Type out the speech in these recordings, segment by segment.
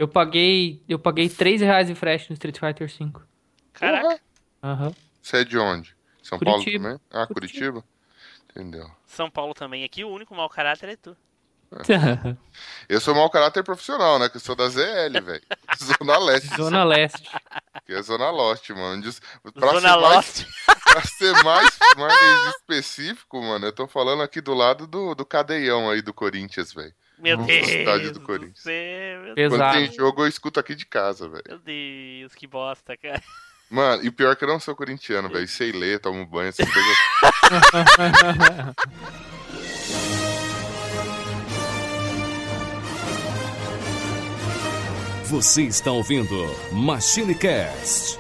Eu paguei R$ 3 de frete no Street Fighter V. Caraca. Aham. Você é de onde? São Curitiba. Paulo também? Ah, Curitiba. Curitiba? Entendeu. São Paulo também. Aqui o único mau caráter é tu. Eu sou mau caráter profissional, né? Que eu sou da ZL, velho. Zona Leste. Zona Leste. Que é Zona Lost, mano. Zona Lost. Pra ser mais específico, mano, eu tô falando aqui do lado do cadeião aí do Corinthians, velho. Meu No Deus estádio do do Corinthians. céu, meu Quando Pesado. tem jogo, eu escuto aqui de casa, velho. Meu Deus, que bosta, cara. Mano, e o pior é que eu não sou corintiano, velho. Sei ler, tomo banho, essas coisas. Você está ouvindo MachineCast.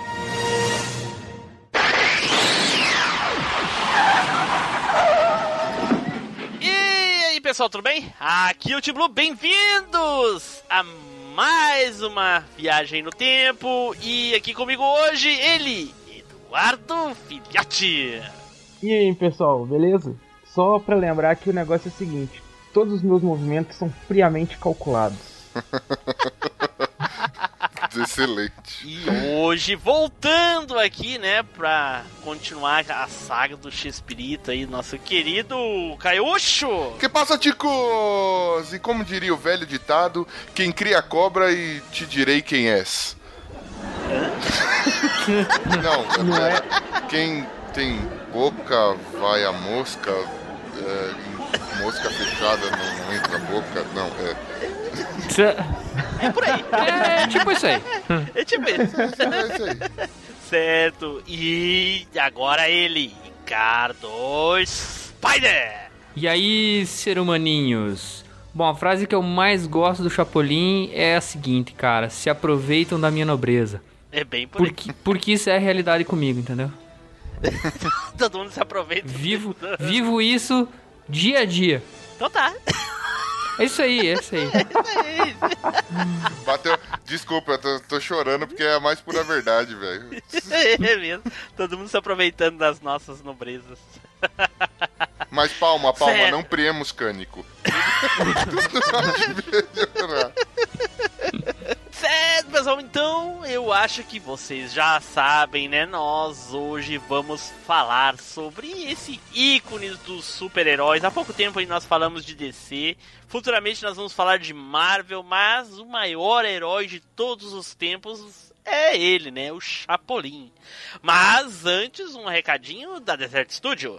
E aí, pessoal, tudo bem? Aqui é o T-Blue, bem-vindos a mais uma viagem no tempo. E aqui comigo hoje, ele, Eduardo Filhote. E aí, pessoal, beleza? Só pra lembrar que o negócio é o seguinte: todos os meus movimentos são friamente calculados. Excelente. E hoje, voltando aqui, né, pra continuar a saga do Chespirito aí, nosso querido Caiucho. Que passa, ticos? E como diria o velho ditado, quem cria cobra e te direi quem és. Não, é? Quem tem boca vai a mosca, mosca fechada não entra a boca, não, É por aí. É tipo isso aí. É tipo isso. é isso aí. Certo. E agora ele, Ricardo Spider. E aí, ser humaninhos? Bom, a frase que eu mais gosto do Chapolin é a seguinte, cara. Se aproveitam da minha nobreza. É bem por aí. Porque isso é realidade comigo, entendeu? Todo mundo se aproveita. Vivo isso dia a dia. Então tá. É isso aí, é isso aí. Bateu. Desculpa, eu tô chorando porque é a mais pura verdade, velho. É mesmo. Todo mundo se aproveitando das nossas nobrezas. Mas palma, Certo. não priemos cânico. Certo, pessoal, então eu acho que vocês já sabem, né? Nós hoje vamos falar sobre esse ícone dos super-heróis. Há pouco tempo aí nós falamos de DC. Futuramente nós vamos falar de Marvel, mas o maior herói de todos os tempos é ele, né? O Chapolin. Mas antes, um recadinho da Desert Studio.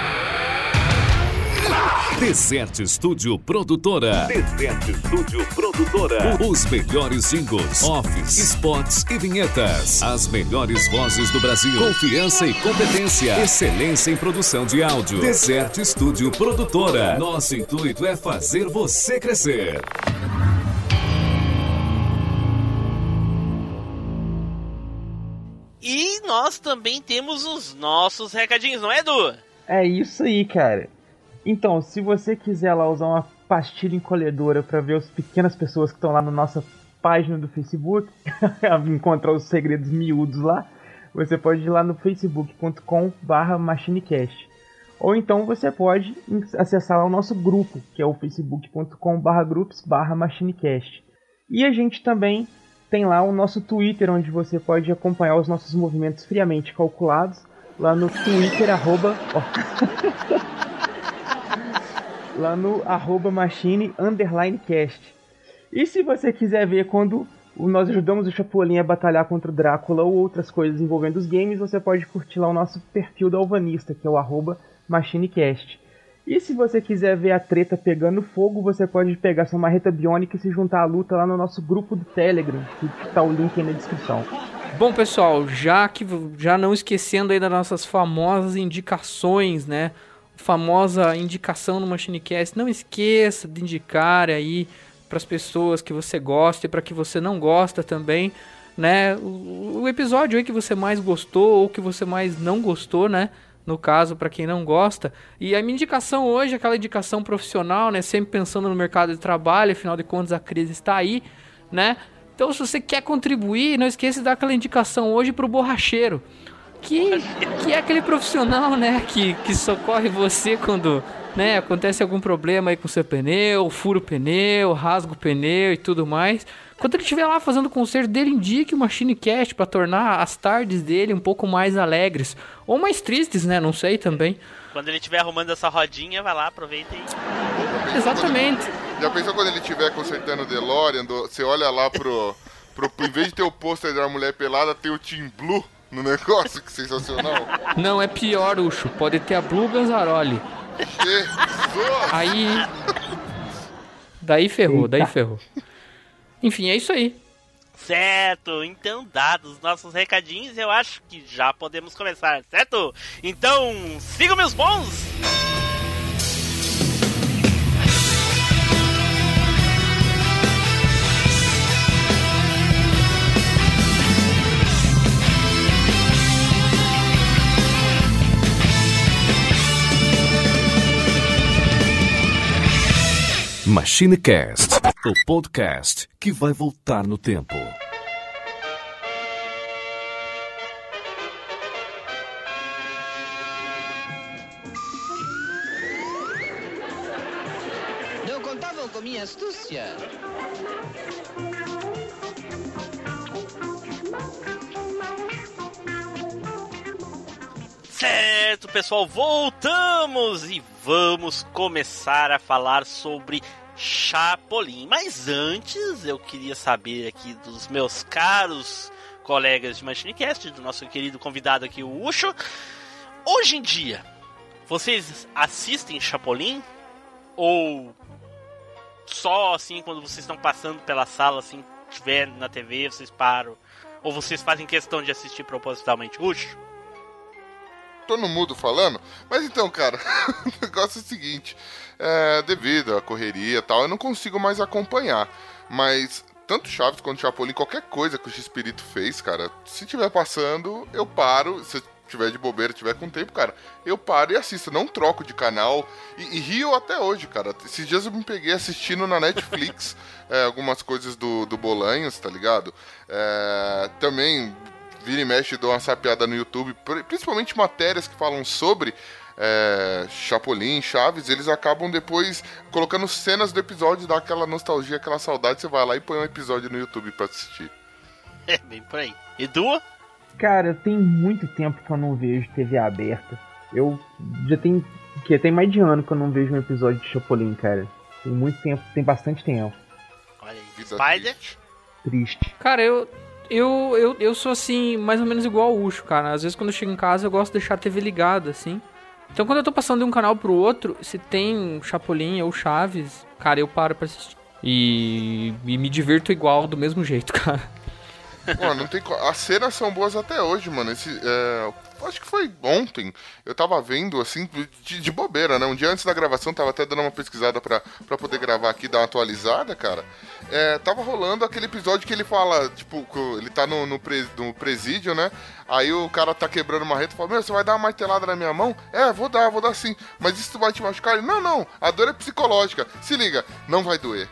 Desert Studio Produtora. Desert Studio Produtora. Os melhores jingles, offs, spots e vinhetas. As melhores vozes do Brasil. Confiança e competência. Excelência em produção de áudio. Desert Studio Produtora. Nosso intuito é fazer você crescer. E nós também temos os nossos recadinhos, não é, Edu? É isso aí, cara. Então, se você quiser lá usar uma pastilha encolhedora pra ver as pequenas pessoas que estão lá na nossa página do Facebook, encontrar os segredos miúdos lá, você pode ir lá no facebook.com/machinecast. Ou então você pode acessar lá o nosso grupo, que é o facebook.com/groups/machinecast. E a gente também tem lá o nosso Twitter, onde você pode acompanhar os nossos movimentos friamente calculados, lá no Twitter, lá no @machine_cast. E se você quiser ver quando nós ajudamos o Chapolin a batalhar contra o Drácula ou outras coisas envolvendo os games, você pode curtir lá o nosso perfil da Alvanista, que é o @machinecast. E se você quiser ver a treta pegando fogo, você pode pegar sua marreta biônica e se juntar à luta lá no nosso grupo do Telegram, que tá o link aí na descrição. Bom, pessoal, já não esquecendo aí das nossas famosas indicações, né? Famosa indicação no MachineCast, não esqueça de indicar aí para as pessoas que você gosta e para que você não gosta também, né? O episódio aí que você mais gostou ou que você mais não gostou, né? No caso, para quem não gosta. E a minha indicação hoje é aquela indicação profissional, né? Sempre pensando no mercado de trabalho, afinal de contas a crise está aí, né? Então, se você quer contribuir, não esqueça de dar aquela indicação hoje pro borracheiro. Que é aquele profissional, né, que socorre você quando, né, acontece algum problema aí com o seu pneu, fura o pneu, rasga o pneu e tudo mais. Quando ele estiver lá fazendo o conserto dele, indique o MachineCast para tornar as tardes dele um pouco mais alegres. Ou mais tristes, né, não sei também. Quando ele estiver arrumando essa rodinha, vai lá, aproveita e... Exatamente. Já pensou quando ele estiver consertando o DeLorean, você olha lá em vez de ter o pôster da mulher pelada, tem o Team Blue no negócio, que sensacional. Não, é pior, Ucho. Pode ter a Blue Ganzaroli. Jesus! Aí... Daí ferrou. Enfim, é isso aí. Certo, então dados os nossos recadinhos, eu acho que já podemos começar, certo? Então, sigam meus bons! MachineCast, o podcast que vai voltar no tempo. Não contavam com minha astúcia. Certo, pessoal, voltamos e vamos começar a falar sobre Chapolin. Mas antes, eu queria saber aqui dos meus caros colegas de MachineCast, do nosso querido convidado aqui, o Ucho. Hoje em dia, vocês assistem Chapolin? Ou só assim, quando vocês estão passando pela sala, assim, tiver na TV, vocês param? Ou vocês fazem questão de assistir propositalmente? Ucho? Tô no mudo falando, mas então, cara, o negócio é o seguinte, devido à correria e tal, eu não consigo mais acompanhar, mas tanto Chaves quanto Chapolin, qualquer coisa que o X-Pirito fez, cara, se tiver passando, eu paro, se tiver de bobeira, tiver com tempo, cara, eu paro e assisto, não troco de canal, e rio até hoje, cara. Esses dias eu me peguei assistindo na Netflix algumas coisas do Bolanhos, tá ligado? Também vira e mexe, dou uma sapeada no YouTube, principalmente matérias que falam sobre Chapolin, Chaves, eles acabam depois colocando cenas do episódio, dá aquela nostalgia, aquela saudade, você vai lá e põe um episódio no YouTube pra assistir. É, bem por aí. Edu? Cara, tem muito tempo que eu não vejo TV aberta. Eu já tem mais de ano que eu não vejo um episódio de Chapolin, cara. Tem muito tempo, tem bastante tempo. Olha aí. Vida Spider? Triste. Cara, eu sou assim, mais ou menos igual ao Ucho, cara. Às vezes quando eu chego em casa eu gosto de deixar a TV ligada, assim. Então quando eu tô passando de um canal pro outro, se tem Chapolin ou Chaves, cara, eu paro pra assistir. E me divirto igual, do mesmo jeito, cara. Mano, não tem as cenas são boas até hoje, mano. Acho que foi ontem. Eu tava vendo, assim, de bobeira, né? Um dia antes da gravação, tava até dando uma pesquisada pra poder gravar aqui, dar uma atualizada, cara. Tava rolando aquele episódio que ele fala, tipo, ele tá no presídio, né? Aí o cara tá quebrando uma reta e fala, você vai dar uma martelada na minha mão? Vou dar sim. Mas isso vai te machucar? Ele, não, a dor é psicológica. Se liga, não vai doer.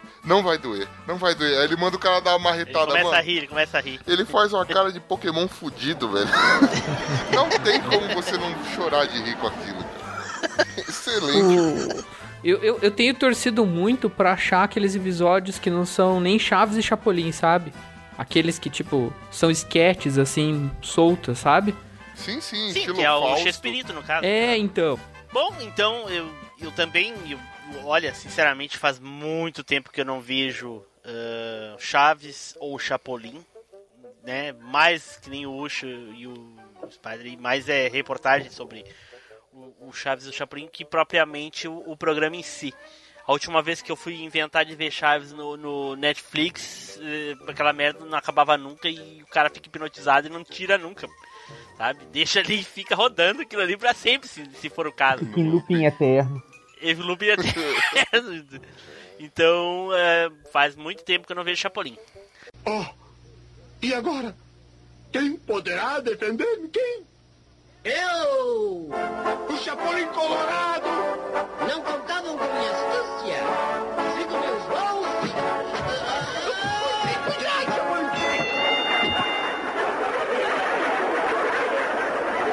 Aí ele manda o cara dar uma marretada, Ele começa a rir. Ele faz uma cara de Pokémon fudido, velho. Não tem como você não chorar de rir com aquilo, cara. Excelente. Eu tenho torcido muito pra achar aqueles episódios que não são nem Chaves e Chapolin, sabe? Aqueles que, tipo, são sketches, assim, soltas, sabe? Sim, que é o X-Pirito, no caso. Então. Bom, então, eu também... olha, sinceramente, faz muito tempo que eu não vejo Chaves ou Chapolin, né? Mais que nem o Ucho e o Spider, mais reportagem sobre o Chaves e o Chapolin que propriamente o programa em si. A última vez que eu fui inventar de ver Chaves no Netflix, aquela merda não acabava nunca e o cara fica hipnotizado e não tira nunca, sabe? Deixa ali e fica rodando aquilo ali pra sempre, se for o caso. Fica em looping eterno. Looping eterno. Então, faz muito tempo que eu não vejo Chapolin. E agora? Quem poderá defender-me? Quem? Eu! O Chapolin Colorado! Não contavam com minha astúcia. Sigo meus voos. Cuidado, Chapolin!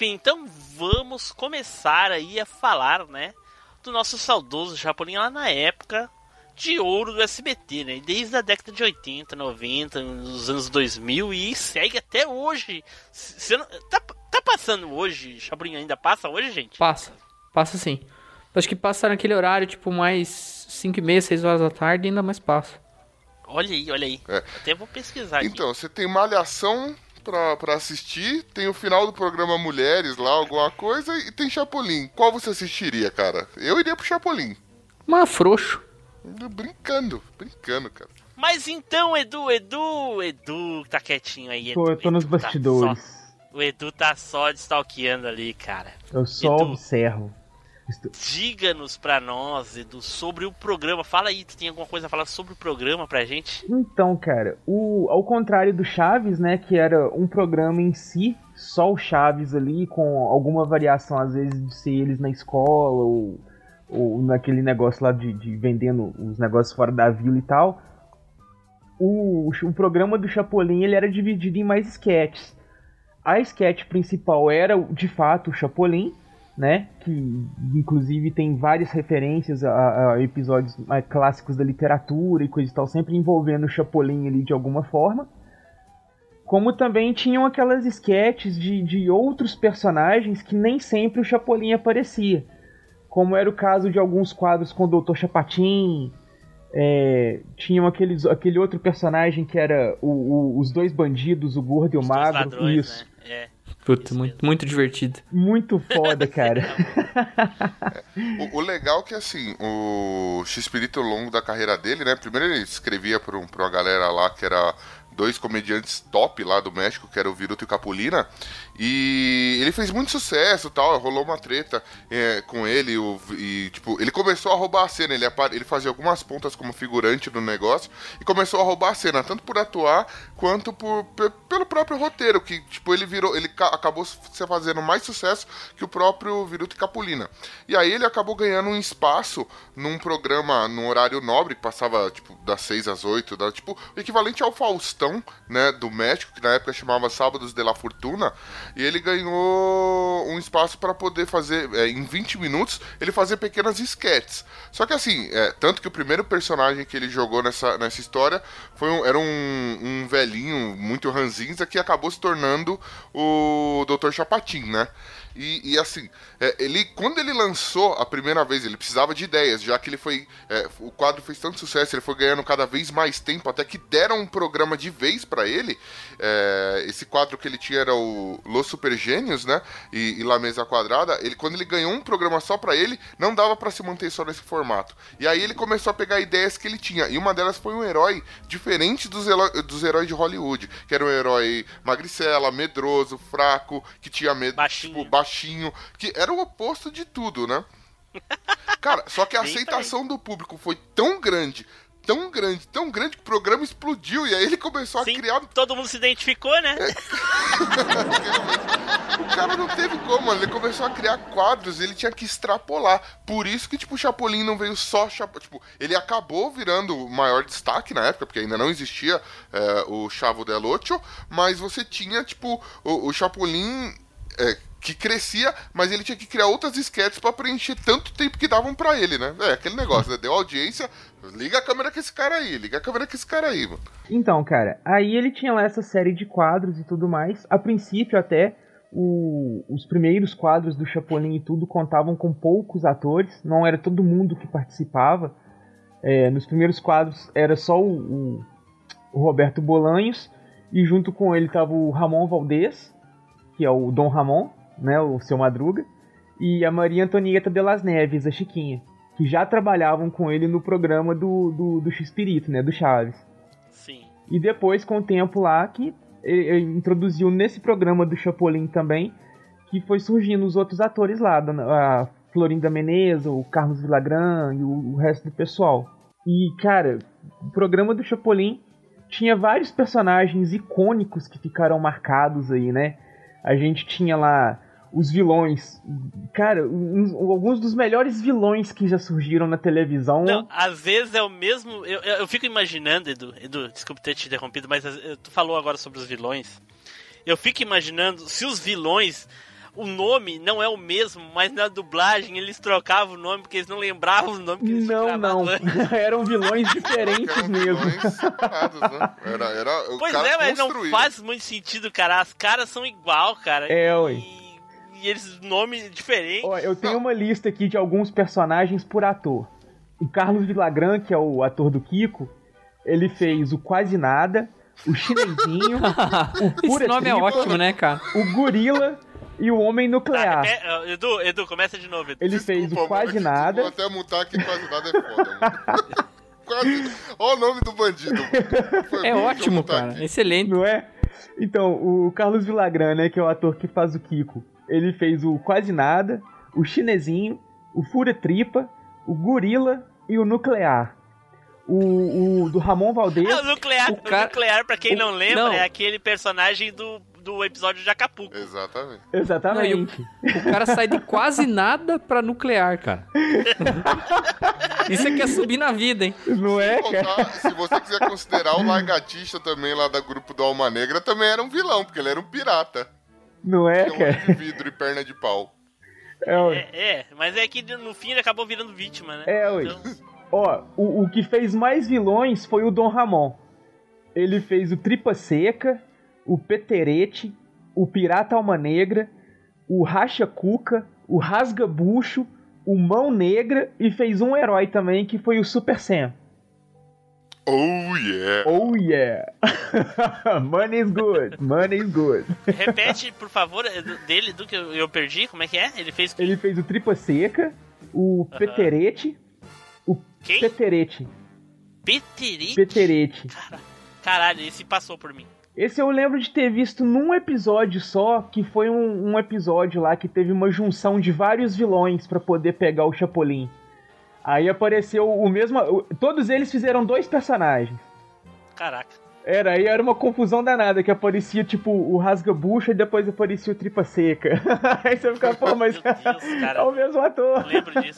enfim, então vamos começar aí a falar, né, do nosso saudoso Chapolin lá na época de ouro do SBT, né? Desde a década de 80, 90, nos anos 2000 e segue até hoje. Você não, tá passando hoje? Chapolin ainda passa hoje, gente? Passa sim. Acho que passa naquele horário, tipo, mais 5h30, 6 horas da tarde, e ainda mais passa. Olha aí. Até vou pesquisar aqui. Então, você tem Malhação pra assistir, tem o final do programa Mulheres lá, alguma coisa, e tem Chapolin. Qual você assistiria, cara? Eu iria pro Chapolin. Mas frouxo. Brincando, cara. Mas então, Edu tá quietinho aí. Eu tô nos bastidores. O Edu tá só stalkeando ali, cara. Eu só observo. Diga-nos pra nós, Edu, sobre o programa. Fala aí, tu tem alguma coisa a falar sobre o programa pra gente? Então, cara, ao contrário do Chaves, né, que era um programa em si, só o Chaves ali, com alguma variação, às vezes, de ser eles na escola, ou naquele negócio lá de vendendo os negócios fora da vila e tal, o programa do Chapolin, ele era dividido em mais sketches. A sketch principal era, de fato, o Chapolin, né, que inclusive tem várias referências a episódios clássicos da literatura e coisa e tal, sempre envolvendo o Chapolin ali de alguma forma. Como também tinham aquelas sketches de outros personagens que nem sempre o Chapolin aparecia. Como era o caso de alguns quadros com o Dr. Chapatin. Tinham aquele outro personagem que era os dois bandidos, o gordo e o magro. Ladrões, isso. Né? Puta, muito divertido. Muito foda, cara. O legal é que, assim, o X-Pirito, ao longo da carreira dele, né? Primeiro ele escrevia pra uma galera lá que era 2 comediantes top lá do México, que era o Viruto e o Capulina, e ele fez muito sucesso, tal, rolou uma treta com ele, e tipo, ele começou a roubar a cena, ele fazia algumas pontas como figurante no negócio, e começou a roubar a cena, tanto por atuar, quanto pelo próprio roteiro, que tipo, ele acabou se fazendo mais sucesso que o próprio Viruto e Capulina. E aí ele acabou ganhando um espaço num programa, num horário nobre, que passava, tipo, das 6 às 8, tipo, o equivalente ao Faustão, né, do México, que na época chamava Sábados de la Fortuna, e ele ganhou um espaço para poder fazer, em 20 minutos, ele fazer pequenas sketches. Só que assim, tanto que o primeiro personagem que ele jogou nessa história era um velhinho muito ranzinza que acabou se tornando o Dr. Chapatin, né? E assim, quando ele lançou a primeira vez, ele precisava de ideias, já que ele foi. O quadro fez tanto sucesso, ele foi ganhando cada vez mais tempo, até que deram um programa de vez pra ele. Esse quadro que ele tinha era o Los Super Gênios, né? E La Mesa Quadrada. Quando ele ganhou um programa só pra ele, não dava pra se manter só nesse formato. E aí ele começou a pegar ideias que ele tinha. E uma delas foi um herói diferente dos heróis de Hollywood, que era um herói magricela, medroso, fraco, que tinha medo, tipo, baixinho, que era o oposto de tudo, né? Cara, só que a aceitação do público foi tão grande, que o programa explodiu, e aí ele começou a criar... todo mundo se identificou, né? O cara não teve como, ele começou a criar quadros, ele tinha que extrapolar. Por isso que, tipo, o Chapolin não veio só... Tipo, ele acabou virando o maior destaque na época, porque ainda não existia o Chavo del Ocho, mas você tinha, tipo, o Chapolin... que crescia, mas ele tinha que criar outras sketches pra preencher tanto tempo que davam pra ele, né? Aquele negócio, né? Deu audiência, liga a câmera com esse cara aí, mano. Então, cara, aí ele tinha lá essa série de quadros e tudo mais. A princípio, até, os primeiros quadros do Chapolin e tudo contavam com poucos atores, não era todo mundo que participava. Nos primeiros quadros era só o Roberto Bolanhos, e junto com ele tava o Ramon Valdez, que é o Dom Ramon, né, o Seu Madruga, e a Maria Antonieta de las Neves, a Chiquinha, que já trabalhavam com ele no programa do X-Pirito, né, do Chaves. Sim. E depois, com o tempo lá, que ele introduziu nesse programa do Chapolin também, que foi surgindo os outros atores lá, a Florinda Menezes, o Carlos Villagrán e o resto do pessoal. E, cara, o programa do Chapolin tinha vários personagens icônicos que ficaram marcados aí, né? A gente tinha lá os vilões. Cara, alguns dos melhores vilões que já surgiram na televisão. Não, às vezes é o mesmo... Eu fico imaginando, Edu, desculpa ter te interrompido, mas tu falou agora sobre os vilões. Eu fico imaginando se os vilões... o nome não é o mesmo, mas na dublagem eles trocavam o nome porque eles não lembravam o nome que eles tinham gravado antes. Eram vilões diferentes mesmo. Vilões separados, né? Era o Pois cara é, mas não construía. faz muito sentido, cara. As caras são igual, cara. Ué. E eles, nome diferente. Ó, eu tenho uma lista aqui de alguns personagens por ator. O Carlos Villagrán, que é o ator do Kiko, ele fez o Quase Nada, o Chinesinho, o Pura Esse nome é Tripa, ótimo, né, cara? o Gorila e o Homem Nuclear. Edu, começa de novo, Edu. Ele fez o Desculpa, Quase mano, Nada. Vou até mutar que Quase Nada é foda, mano. Quase... Olha o nome do bandido. Foi É bom, deixa eu ótimo, mutar cara. aqui. Excelente. Não é? Então, o Carlos Villagrán, né, que é o ator que faz o Kiko, ele fez o Quase Nada, o Chinesinho, o Fura Tripa, o Gorila e o Nuclear. O do Ramon Valdez. O nuclear, pra quem não lembra, é aquele personagem do episódio de Acapulco. Exatamente. Exatamente. O cara sai de quase nada pra nuclear, cara. Isso é que é subir na vida, hein? Não é, cara? Contar, se você quiser considerar o Largatista também lá da grupo do Alma Negra, também era um vilão, porque ele era um pirata. Não é, Tem um cara? olho de vidro e perna de pau. Mas é que no fim ele acabou virando vítima, né? Então... Ó, o que fez mais vilões foi o Dom Ramon. Ele fez o Tripa Seca, o Peterete, o Pirata Alma Negra, o Racha Cuca, o Rasga Bucho, o Mão Negra e fez um herói também que foi o Super Sam. Oh yeah! Oh yeah! Money is good, money is good. Repete, por favor, dele, do que eu perdi, como é que é? Ele fez o Tripa Seca, o Peterete, o Quem? Peterete. Peterete? Peterete. Caralho, esse passou por mim. Esse eu lembro de ter visto num episódio só, que foi um episódio lá que teve uma junção de vários vilões pra poder pegar o Chapolin. Aí apareceu o mesmo... Todos eles fizeram 2 personagens. Caraca. Aí era uma confusão danada, que aparecia tipo o Rasga-Bucha e depois aparecia o Tripa Seca. Aí você fica, pô, mas Meu Deus, cara. é o mesmo ator. Eu lembro disso.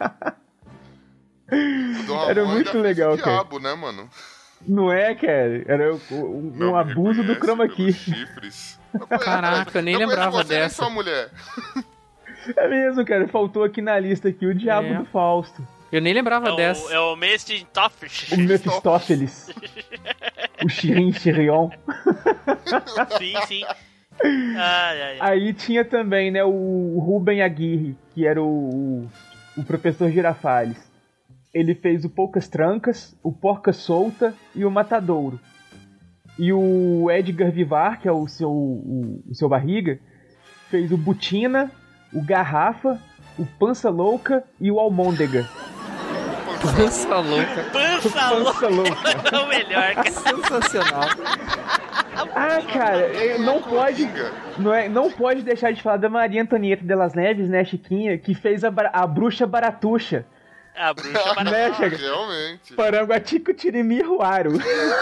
Era muito legal, cara. Diabo, né, mano? Não é, cara? Era um abuso do chroma key. Chifres. Caraca, eu nem lembrava dessa. Sua mulher. É mesmo, cara. Faltou aqui na lista aqui o Diabo do Fausto. Eu nem lembrava dessa. É o Mephistófeles. O Mephistófeles. O Chirion. Sim. Aí tinha também, né, o Rubem Aguirre, que era o professor Girafales. Ele fez o Poucas Trancas, o Porca Solta e o Matadouro. E o Edgar Vivar, que é o seu barriga, fez o Butina, o Garrafa, o Pança Louca e o Almôndega. Pança Louca. Pança Louca. É o melhor, cara. Sensacional. Cara, não pode deixar de falar da Maria Antonieta de las Neves, né, Chiquinha, que fez a Bruxa Baratuxa. A Bruxa Baratuxa. Né, realmente. Paranguatico Tirimi Ruaro.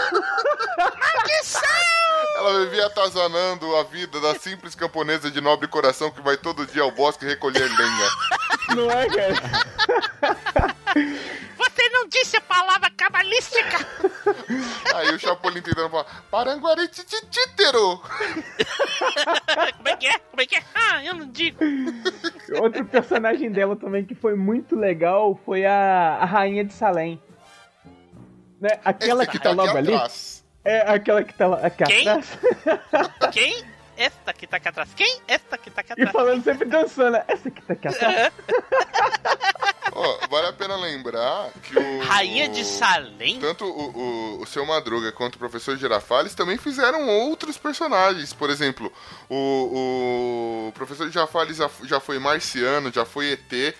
Ela vivia atazanando a vida da simples camponesa de nobre coração que vai todo dia ao bosque recolher lenha. Não é, cara? Você não disse a palavra cabalística! Aí o Chapolin tentando falar Paranguari-titítero. Como é que é? Ah, eu não digo. Outro personagem dela também que foi muito legal foi a Rainha de Salem. Né? Aquela que tá logo ali. É aquela que tá aqui atrás. Quem? Esta que tá aqui atrás. Quem? Esta que tá aqui atrás. E falando sempre dançando. Essa que tá aqui atrás. Vale a pena lembrar que o... Rainha de Salem? Tanto o Seu Madruga quanto o Professor Girafales também fizeram outros personagens. Por exemplo, o Professor Girafales já foi marciano, já foi ET.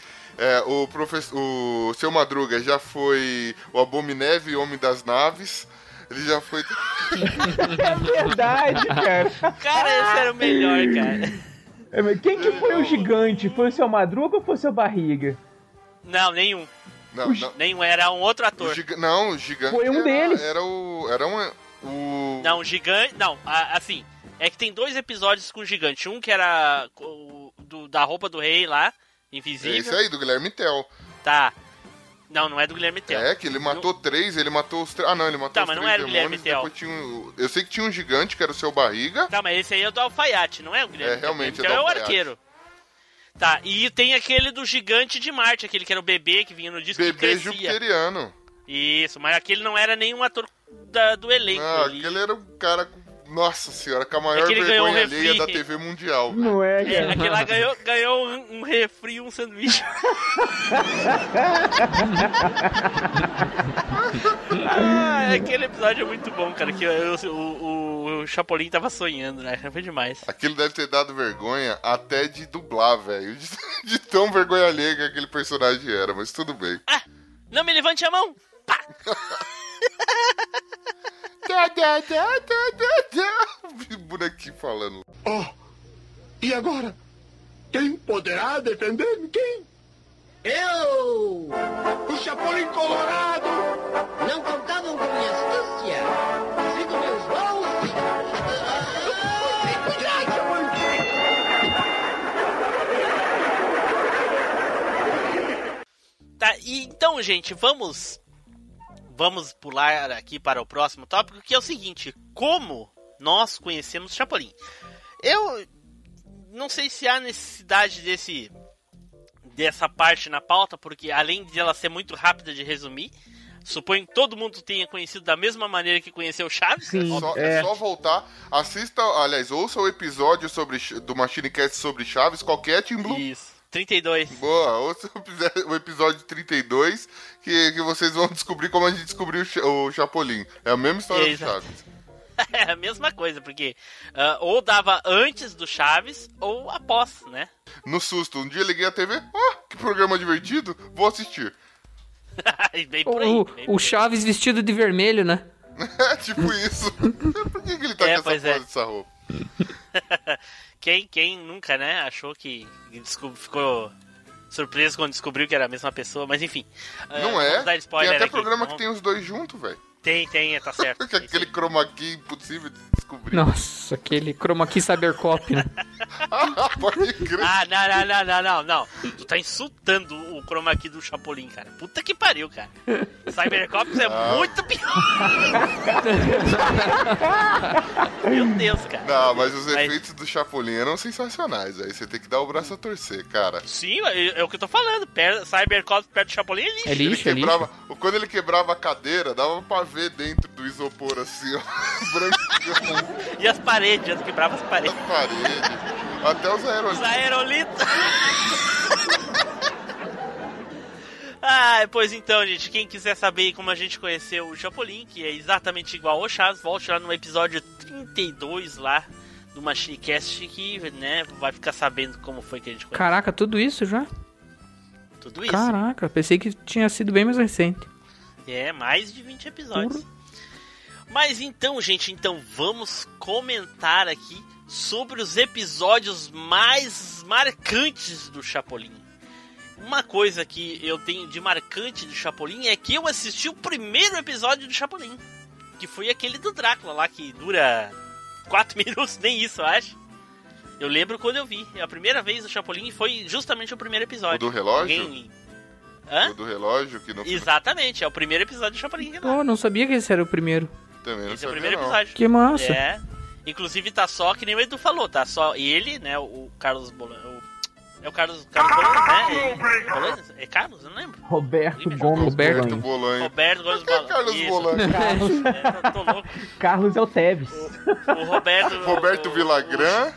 O Seu Madruga já foi o Abomineve, Homem das Naves. Ele já foi... É verdade, cara. Cara, esse era o melhor, cara. Quem que foi o gigante? Foi o Seu Madruga ou foi o Seu Barriga? Não, nenhum. Não. Nenhum, era um outro ator. O gigante foi um deles. Não, o gigante... Não, assim, é que tem 2 episódios com o gigante. Um que era da roupa do rei lá, invisível. Esse aí, do Guilherme Tell. Tá. Não é do Guilherme Tell. É, que ele matou 3, ele matou os 3... Ah, não, ele matou Tá, os mas 3 não era o demônios, Guilherme depois tinha Eu sei que tinha um gigante, que era o Seu Barriga. Tá, mas esse aí é do Alfaiate, não é o Guilherme Tell? Realmente Guilherme é do Tell é o Alfaiate. arqueiro. Tá, e tem aquele do Gigante de Marte, aquele que era o bebê que vinha no disco que Bebê crescia. jupiteriano. Isso, mas aquele não era nenhum ator do elenco. Não, ali. aquele era um cara... Nossa senhora, com a maior Aquele ganhou um vergonha alheia refri. da TV mundial. Não é, É, cara. aquele lá ganhou um refri e um sanduíche. Aquele episódio é muito bom, cara, que o Chapolin tava sonhando, né? Foi demais. Aquilo deve ter dado vergonha até de dublar, velho. De tão vergonha alheia que aquele personagem era, mas tudo bem. Ah, não me levante a mão! Pá! Vi o bonequinho falando. Oh, e agora? Quem poderá defender-me? Quem? Eu! O Chapolin Colorado! Não contavam com minha astúcia. Sigo meus voos. Cuidado, Chapolin! Tá, e então, gente, vamos pular aqui para o próximo tópico, que é o seguinte: como nós conhecemos Chapolin? Eu não sei se há necessidade dessa parte na pauta, porque além de ela ser muito rápida de resumir, suponho que todo mundo tenha conhecido da mesma maneira que conheceu Chaves. Sim. É só voltar, assista, aliás, ouça o episódio do MachineCast sobre Chaves, qualquer Team Blue. Isso, 32. Boa, ouça o episódio 32, que vocês vão descobrir como a gente descobriu o Chapolin. É a mesma história do Exato. Chaves. É a mesma coisa, porque ou dava antes do Chaves ou após, né? No susto, um dia liguei a TV, que programa divertido, vou assistir. Bem por aí, bem por O aí. Chaves vestido de vermelho, né? É tipo isso. Por que ele tá com essa pois é. porra dessa roupa? Quem nunca, né, achou que ficou surpreso quando descobriu que era a mesma pessoa, mas enfim. Não vamos é? dar Tem spoiler até aqui. programa Vamos- que tem os dois juntos, velho. Tem, tá certo. Aquele chroma key impossível de descobrir. Nossa, aquele chroma key Cybercop, né? Pode crer. Não. Tu tá insultando o chroma key do Chapolin, cara. Puta que pariu, cara. Cybercops é muito pior. Meu Deus, cara. Não, mas os efeitos do Chapolin eram sensacionais. Aí você tem que dar o braço a torcer, cara. Sim, é o que eu tô falando. Cybercops perto do Chapolin é lixo. É lixo, é lixo. Quando ele quebrava a cadeira, dava pra ver dentro do isopor assim, ó. Branquinho E as paredes, as quebrava as na paredes. parede. Até os Os aerolitos. aerolitos. Pois então, gente, quem quiser saber como a gente conheceu o Chapolin, que é exatamente igual ao Chaves, volte lá no episódio 32 lá do MachineCast, que, né, vai ficar sabendo como foi que a gente conheceu. Caraca, tudo isso já? Tudo isso. Caraca, pensei que tinha sido bem mais recente. É, mais de 20 episódios. Mas então, gente, vamos comentar aqui sobre os episódios mais marcantes do Chapolin. Uma coisa que eu tenho de marcante do Chapolin é que eu assisti o primeiro episódio do Chapolin, que foi aquele do Drácula lá, que dura 4 minutos, nem isso, eu acho. Eu lembro quando eu vi. A primeira vez do Chapolin foi justamente o primeiro episódio. O do relógio? Hã? O do relógio que não Exatamente, é o primeiro episódio do Chapolin. Pô, não sabia que esse era o primeiro. também não Esse é o sabia, primeiro não. episódio. Que massa. É. Inclusive tá só, que nem o Edu falou, tá só ele, né, o Carlos Bolan. É o Carlos Bolan, né? Bolanes? É Carlos? Eu não lembro. Roberto Ih, Gomes Roberto Bolanho. Bolanho. Roberto Gomes Quem é Bolan. Carlos Isso. Bolanho? Carlos, É, tô louco. Carlos é o Teves. O Roberto... Roberto Villagrán.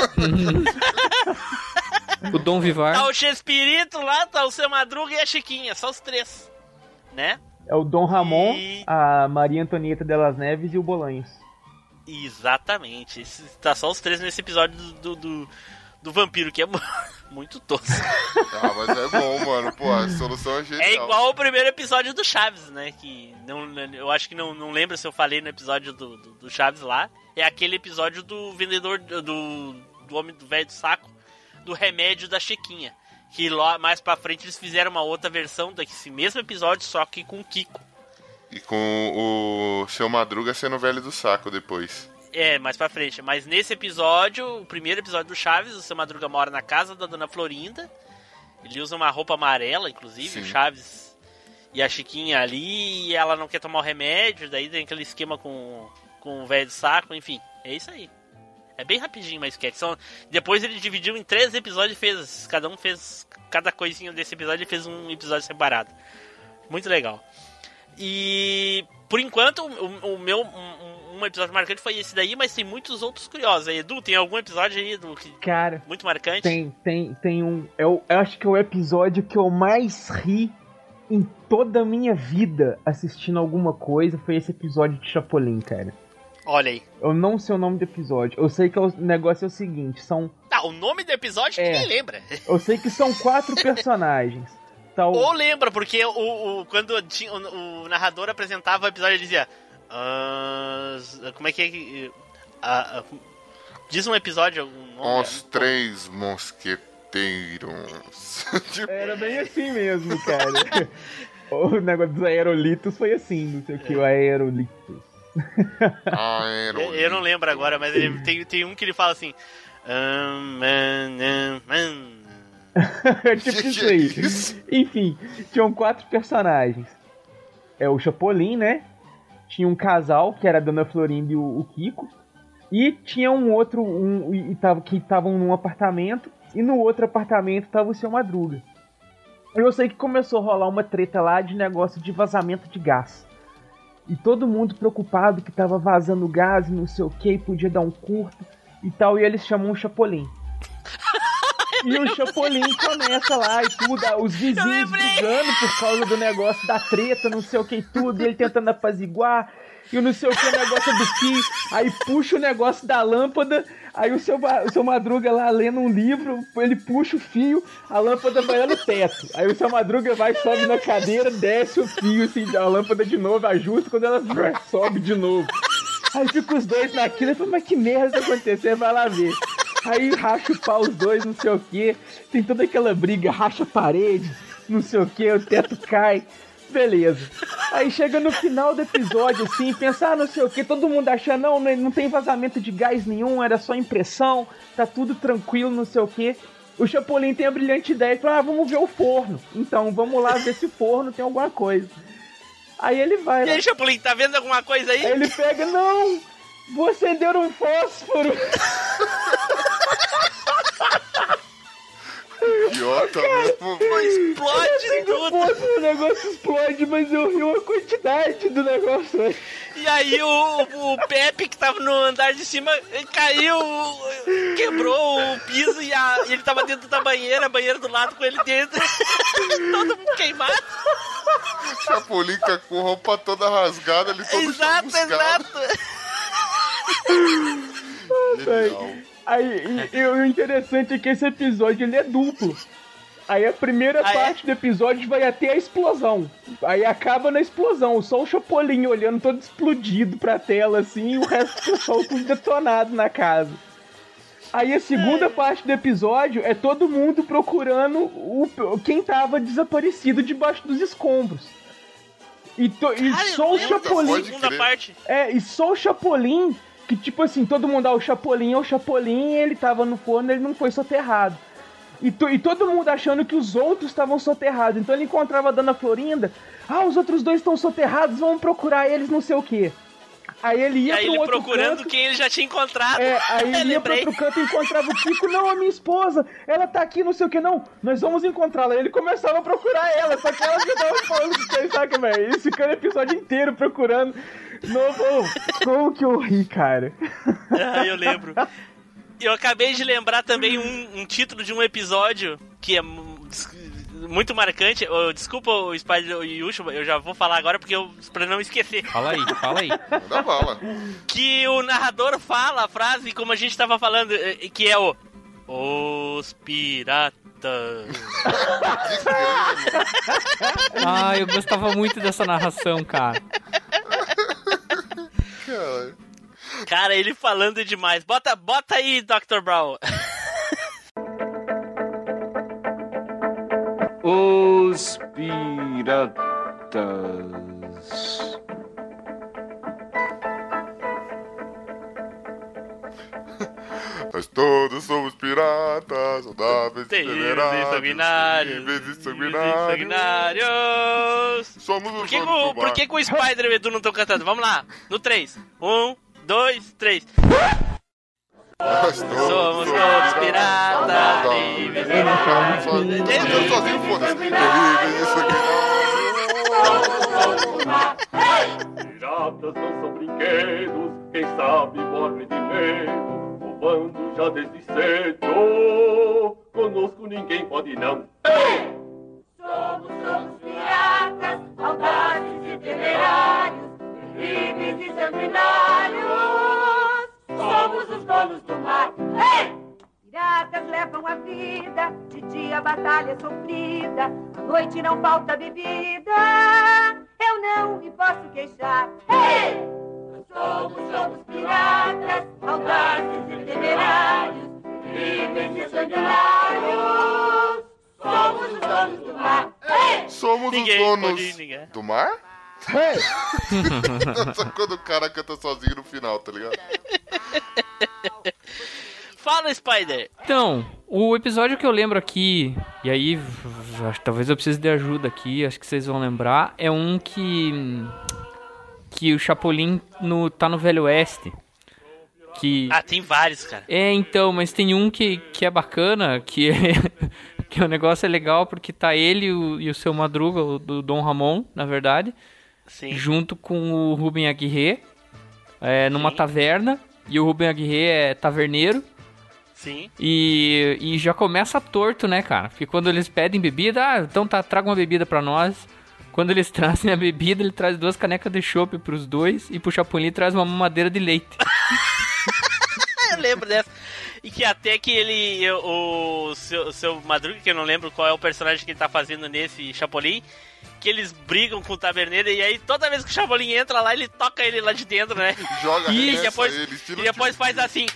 O Dom Vivar. Tá o Chespirito lá, tá o Seu Madruga e a Chiquinha, só os três, né? É o Dom Ramon, E- a Maria Antonieta delas Neves e o Bolanhos. Exatamente. Tá só os três nesse episódio do vampiro, que é muito tosco. Ah, mas é bom, mano. Pô, a solução é genial. É igual o primeiro episódio do Chaves, né? Que eu acho que não lembro se eu falei no episódio do Chaves lá. É aquele episódio do vendedor, do homem do velho do saco, do remédio da Chiquinha. Que lá mais pra frente eles fizeram uma outra versão desse mesmo episódio, só que com o Kiko. E com o Seu Madruga sendo velho do saco depois. É, mais pra frente. Mas nesse episódio, o primeiro episódio do Chaves, o Seu Madruga mora na casa da Dona Florinda. Ele usa uma roupa amarela, inclusive, Sim. o Chaves. e a Chiquinha ali, e ela não quer tomar o remédio, daí tem aquele esquema com o velho do saco, enfim, é isso aí. É bem rapidinho, mas sketch. Depois ele dividiu em 3 episódios e fez. Cada coisinha desse episódio ele fez um episódio separado. Muito legal. E por enquanto, o meu um episódio marcante foi esse daí, mas tem muitos outros curiosos. Edu, tem algum episódio aí Cara, muito marcante? Tem um. Eu acho que é o episódio que eu mais ri em toda a minha vida assistindo alguma coisa. Foi esse episódio de Chapolin, cara. Olha aí. Eu não sei o nome do episódio. Eu sei que o negócio é o seguinte, são... O nome do episódio ninguém lembra. Eu sei que são 4 personagens. Ou lembra, porque quando tinha, o narrador apresentava o episódio, ele dizia... como é que é? Diz um episódio... Os 3 mosqueteiros. Era bem assim mesmo, cara. O negócio dos aerolitos foi assim, não sei o que, o aerolitos. Eu não lembro agora, mas ele tem um que ele fala assim. Tipo isso aí. Enfim, tinham 4 personagens. É o Chapolin, né? Tinha um casal, que era a Dona Florinda e o Kiko. E tinha um outro que estavam num apartamento. E no outro apartamento tava o Seu Madruga. Eu sei que começou a rolar uma treta lá de negócio de vazamento de gás. E todo mundo preocupado que tava vazando gás e não sei o que, e podia dar um curto e tal. E eles chamam o Chapolin. E o Chapolin começa lá e tudo, os vizinhos brigando por causa do negócio da treta, não sei o que e tudo. E ele tentando apaziguar. E o não sei o que, o negócio do fio. Aí puxa o negócio da lâmpada. Aí o seu Madruga lá lendo um livro, ele puxa o fio, a lâmpada vai lá no teto. Aí o seu Madruga vai, sobe na cadeira, desce o fio, assim, a lâmpada de novo, ajusta, quando ela sobe de novo. Aí fica os dois naquilo, eu falo, mas que merda tá acontecendo? Vai lá ver. Aí racha o pau os dois, não sei o que, tem toda aquela briga, racha a parede, não sei o que, o teto cai. Beleza. Aí chega no final do episódio, assim, pensar, não sei o que, todo mundo achando, não tem vazamento de gás nenhum, era só impressão, tá tudo tranquilo, não sei o que. O Chapolin tem a brilhante ideia, fala, vamos ver o forno. Então, vamos lá ver se o forno tem alguma coisa. Aí ele vai lá. E aí, Chapolin, tá vendo alguma coisa aí? Aí ele pega, não, vou acender um fósforo. Idiota mesmo. Explode tudo. O negócio explode, mas eu vi uma quantidade do negócio. E aí o Pepe, que tava no andar de cima, caiu, quebrou o piso e ele tava dentro da banheira, a banheira do lado com ele dentro. Todo mundo queimado. Chapolin com roupa toda rasgada ali, todo Exato. Genial. Aí, o interessante é que esse episódio ele é duplo. Aí a primeira parte do episódio vai até a explosão. Aí acaba na explosão, só o Chapolin olhando todo explodido pra tela assim, e o resto do pessoal tudo detonado na casa. Aí a segunda parte do episódio é todo mundo procurando quem tava desaparecido debaixo dos escombros. E só o Chapolin. E só o Chapolin. Que tipo assim, todo mundo, o Chapolin, ele tava no forno, ele não foi soterrado. E todo mundo achando que os outros estavam soterrados. Então ele encontrava a Dona Florinda, os outros 2 estão soterrados, vamos procurar eles, não sei o quê. Aí ele ia pro outro procurando canto, quem ele já tinha encontrado. Aí ele ia pro outro canto e encontrava o Kiko. Não, a minha esposa, ela tá aqui, não sei o que, não, nós vamos encontrá-la. Ele começava a procurar ela, só que ela já tava falando que vocês sabem, velho. Eles ficando o episódio inteiro procurando. Como que eu ri, cara? Eu lembro. Eu acabei de lembrar também um título de um episódio que é muito marcante. Desculpa, o Spider e o Yushu, eu já vou falar agora pra não esquecer. Fala aí. Manda bala. Que o narrador fala a frase, como a gente tava falando, que é Os piratas. Eu gostava muito dessa narração, cara. Cara, ele falando demais. Bota aí, Dr. Brown. Os piratas. Nós todos somos piratas, saudáveis, Terríveis, sanguinários. terríveis e sanguinários. Somos os donos do Por mar. que o Spider e o Edu não estão cantando? Vamos lá, no 3. 1, 2, 3. Nós Somos todos piratas, terríveis, Eles estão sozinhos, foda-se. Terríveis e sanguinários. Piratas não são brinquedos, quem sabe morre de medo. O bando já desde cedo, conosco ninguém pode não. Somos piratas, audazes e temerários, terríveis e sanguinários. Somos os donos do mar. Ei! Piratas levam a vida, de dia a batalha é sofrida, à noite não falta bebida. Eu não me posso queixar. Ei! Somos piratas, audazes e temerários, terríveis e sanguinários. Somos os donos do mar. Ei! Somos Ninguém os donos pode negar. do mar? Só quando o cara canta sozinho no final, tá ligado? Fala, Spider. Então, o episódio que eu lembro aqui, e aí talvez eu precise de ajuda aqui, acho que vocês vão lembrar, é um que o Chapolin tá no Velho Oeste. Que... Ah, tem vários, cara. É, então, mas tem um que é bacana, que o negócio é legal, porque tá ele e o Seu Madruga, o do Dom Ramon, na verdade, Sim. junto com o Rubem Aguirre, numa taverna, e o Rubem Aguirre é taverneiro. Sim. E já começa torto, né, cara? Porque quando eles pedem bebida, então traga uma bebida pra nós. Quando eles trazem a bebida, ele traz 2 canecas de chopp pros dois e pro Chapolin traz uma mamadeira de leite. Eu lembro dessa. E que até que ele, o seu Madruga, que eu não lembro qual é o personagem que ele tá fazendo nesse Chapolin, que eles brigam com o taverneiro e aí toda vez que o Chapolin entra lá, ele toca ele lá de dentro, né? Joga E nessa, depois, ele, estilo e depois tipo- faz assim.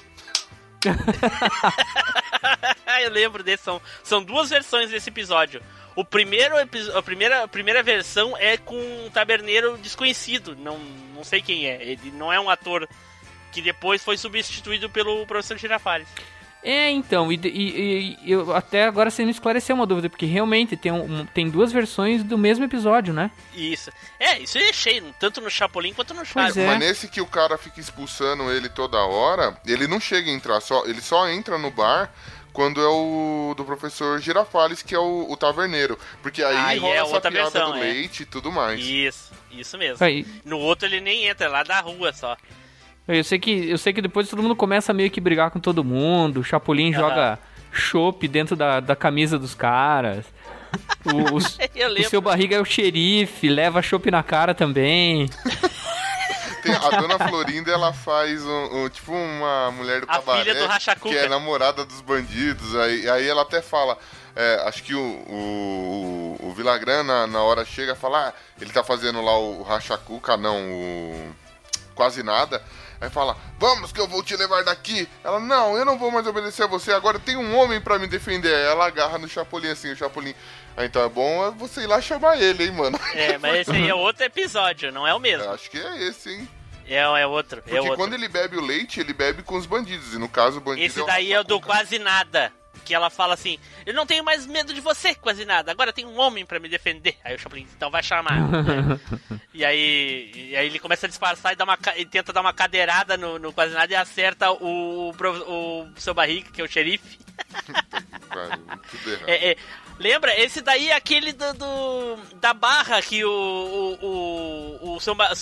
Eu lembro desse. São 2 versões desse episódio. A primeira versão é com um taberneiro desconhecido. Não sei quem é. Ele não é um ator que depois foi substituído pelo professor Girafales. Então, e eu até agora você me esclareceu uma dúvida, porque realmente tem 2 versões do mesmo episódio, né? Isso. Isso é cheio, tanto no Chapolin quanto no Chaves. Pois é. Mas nesse que o cara fica expulsando ele toda hora, ele não chega a entrar, ele só entra no bar quando é o do professor Girafales, que é o taverneiro. Porque aí rola essa outra piada versão, do é. leite e tudo mais. Isso mesmo. Aí. No outro ele nem entra, é lá da rua só. Eu sei que depois todo mundo começa a meio que brigar com todo mundo. O Chapolin joga chopp dentro da camisa dos caras. Eu O lembro. Seu Barriga é o xerife, leva chopp na cara também. A dona Florinda, ela faz tipo uma mulher do A cabaré, filha do Rachacuca. que é namorada dos bandidos. Aí ela até fala, acho que o Villagrán na hora chega e fala, ele tá fazendo lá o Rachacuca, não, o Quase Nada. Aí fala, vamos que eu vou te levar daqui. Ela, não, eu não vou mais obedecer a você, agora tem um homem pra me defender. Aí ela agarra no Chapolin assim, o Chapolin... então é bom você ir lá chamar ele, hein, mano. Mas esse aí é outro episódio, não é o mesmo. Eu acho que é esse, hein. É outro. Porque quando ele bebe o leite, ele bebe com os bandidos. E no caso, o bandido Esse daí é o do Quase Nada. Que ela fala assim, eu não tenho mais medo de você, Quase Nada. Agora tem um homem pra me defender. Aí o Chapolin, então vai chamar. E aí ele começa a disfarçar e tenta dar uma cadeirada no Quase Nada e acerta o Seu Barriga, que é o xerife. Tudo errado. Lembra? Esse daí é aquele da barra que o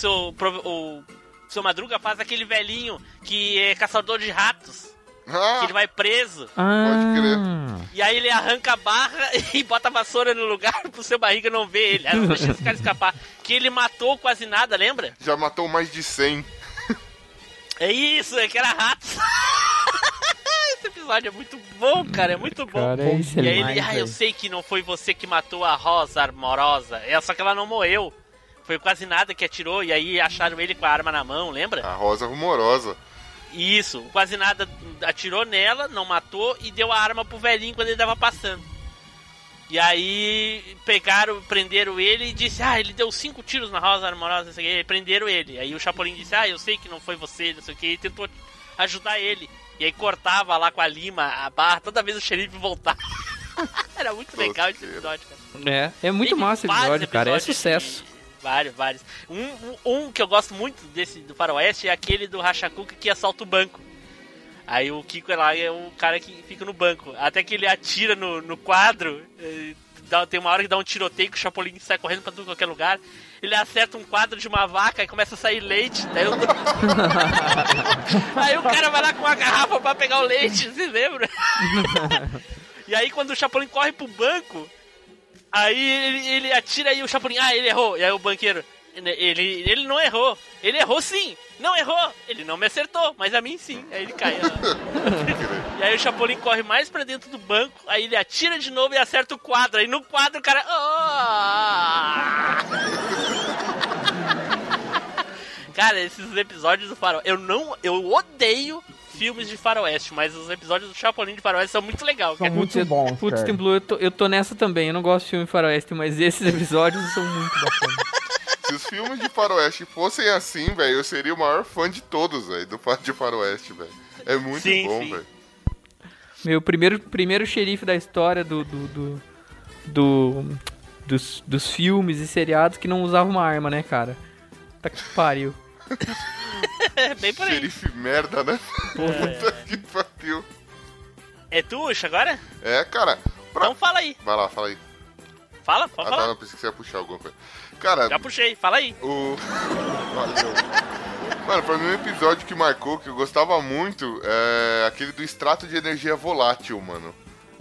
Seu Madruga faz aquele velhinho que é caçador de ratos. Que ele vai preso. Pode crer. E aí ele arranca a barra e bota a vassoura no lugar pro Seu Barriga não ver ele. Aí não deixa esse cara escapar. Que ele matou Quase Nada, lembra? Já matou mais de 100. É isso, é que era ratos. Esse episódio é muito bom, cara, é muito bom. Cara, é E aí ele, excelente, eu sei que não foi você que matou a Rosa Amorosa. Só que ela não morreu. Foi Quase Nada que atirou e aí acharam ele com a arma na mão, lembra? A Rosa Rumorosa. Isso, Quase Nada atirou nela, não matou e deu a arma pro velhinho quando ele tava passando. E aí prenderam ele e disse, ele deu 5 tiros na Rosa Amorosa, não sei o que, prenderam ele. Aí o Chapolin disse, eu sei que não foi você, não sei o que, e tentou ajudar ele. E aí cortava lá com a lima, a barra, toda vez o xerife voltava. Era muito legal esse episódio, cara. É muito massa esse episódio, cara. É sucesso. Vários. Um que eu gosto muito desse do Faroeste é aquele do Rachacuca que assalta o banco. Aí o Kiko lá é o cara que fica no banco. Até que ele atira no quadro. Tem uma hora que dá um tiroteio que o Chapolin sai correndo pra tudo qualquer lugar. Ele acerta um quadro de uma vaca e começa a sair leite. Aí o cara vai lá com uma garrafa pra pegar o leite, você lembra? E aí quando o Chapolin corre pro banco, aí ele atira e o Chapolin, ele errou. E aí o banqueiro, ele não errou. Ele errou sim. Não errou. Ele não me acertou, mas a mim sim. Aí ele cai. E aí o Chapolin corre mais pra dentro do banco, aí ele atira de novo e acerta o quadro. Aí no quadro o cara... Cara, esses episódios do Faroeste... Eu odeio filmes de Faroeste, mas os episódios do Chapolin de Faroeste são muito legais. São muito bons, Putz, Tim Blue, eu tô nessa também. Eu não gosto de filme de Faroeste, mas esses episódios são muito bacanas. Se os filmes de Faroeste fossem assim, velho, eu seria o maior fã de todos, velho, de Faroeste, velho. É muito bom, velho. Meu primeiro xerife da história dos filmes e seriados que não usava uma arma, né, cara? Tá que pariu. Bem por aí. Xerife merda, né? Puta que pariu. É tu, Ucha, agora? Cara. Então fala aí. Vai lá, fala aí. Pode falar. Tá, não, pensei que você ia puxar alguma coisa. Cara... Já puxei, fala aí. Valeu. Mano, pra mim um episódio que marcou, que eu gostava muito, é aquele do extrato de energia volátil, mano.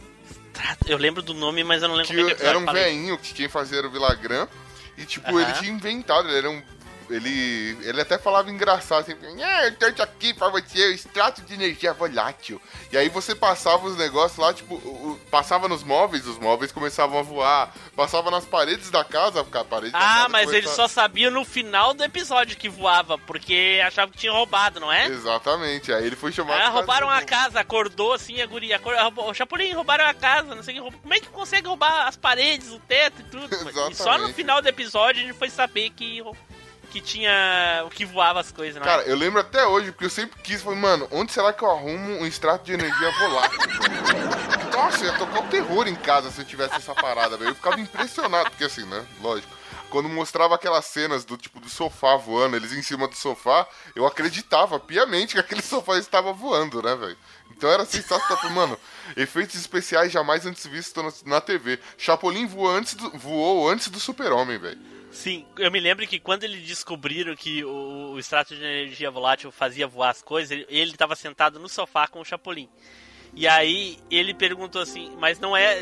Eu lembro do nome, mas eu não lembro que como é que era um velhinho que quem fazia era o Villagrán. E tipo, ele tinha inventado, ele era um... Ele até falava engraçado, assim, eu tô isso aqui pra você, o extrato de energia volátil. E aí você passava os negócios lá, tipo, passava nos móveis, os móveis começavam a voar, passava nas paredes da casa, a parede da casa mas ele só sabia no final do episódio que voava, porque achava que tinha roubado, não é? Exatamente, aí ele foi chamado... roubaram a casa, acordou assim, a guria, o Chapolin, roubaram a casa, não sei o que, como é que consegue roubar as paredes, o teto e tudo? E só no final do episódio a gente foi saber que tinha o que voava as coisas, né? Cara, eu lembro até hoje, porque eu sempre quis, falei, mano, onde será que eu arrumo um extrato de energia volátil? Nossa, eu ia tocar o terror em casa se eu tivesse essa parada, velho. Eu ficava impressionado, porque assim, né, lógico, quando mostrava aquelas cenas do tipo do sofá voando, eles em cima do sofá, eu acreditava piamente que aquele sofá estava voando, né, velho? Então era sensacional, mano, efeitos especiais jamais antes vistos na TV. Chapolin voou antes do Super-Homem, velho. Sim, eu me lembro que quando eles descobriram que o extrato de energia volátil fazia voar as coisas, ele estava sentado no sofá com o Chapolin. E aí ele perguntou assim, mas não é...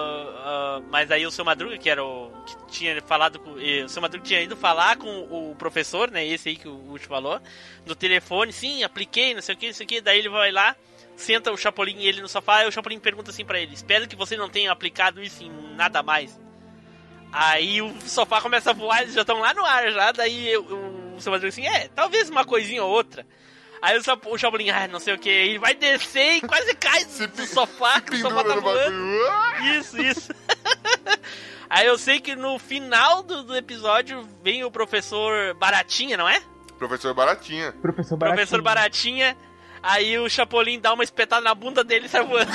mas aí o Seu Madruga, que era o que tinha falado com... O Seu Madruga tinha ido falar com o professor, né, esse aí que o Ucho falou, no telefone, sim, apliquei, não sei o que, daí ele vai lá, senta o Chapolin e ele no sofá, e o Chapolin pergunta assim pra ele, espero que você não tenha aplicado isso em nada mais. Aí o sofá começa a voar, eles já estão lá no ar já, daí o Seu Madruga assim, talvez uma coisinha ou outra. Aí o Chapolin, não sei o que, ele vai descer e quase cai do sofá, que o sofá tá voando. Isso. Aí eu sei que no final do episódio vem o professor Baratinha, não é? Professor Baratinha. Professor Baratinha. Aí o Chapolin dá uma espetada na bunda dele e sai voando.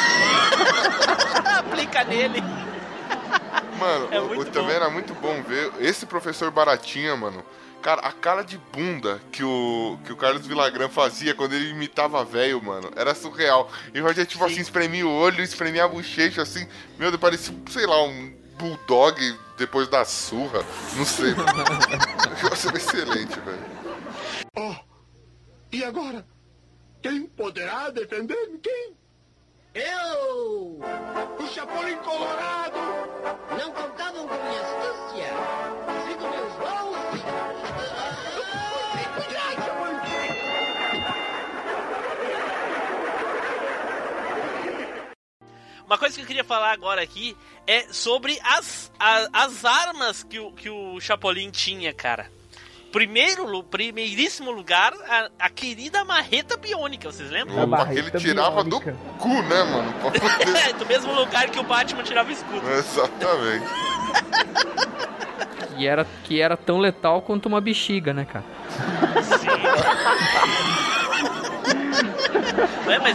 Aplica nele. Mano, também era muito bom ver esse professor Baratinha, mano. Cara, a cara de bunda que o Carlos Villagrán fazia quando ele imitava velho, mano, era surreal. Ele fazia, tipo assim, espremia o olho, espremia a bochecha, assim. Meu Deus, parecia, sei lá, um bulldog depois da surra. Não sei. Eu achei excelente, velho. E agora? Quem poderá defender-me? Quem? Eu! O Chapolin Colorado! Não contavam com minha astúcia? Sigo meus voos! Cuidado, Chapolin! Uma coisa que eu queria falar agora aqui é sobre as armas que o Chapolin tinha, cara. Primeiríssimo lugar, a querida marreta biônica, vocês lembram? Opa, que ele tirava biônica do cu, né, mano? Do mesmo lugar que o Batman tirava o escudo. Exatamente. Que era tão letal quanto uma bexiga, né, cara? Sim.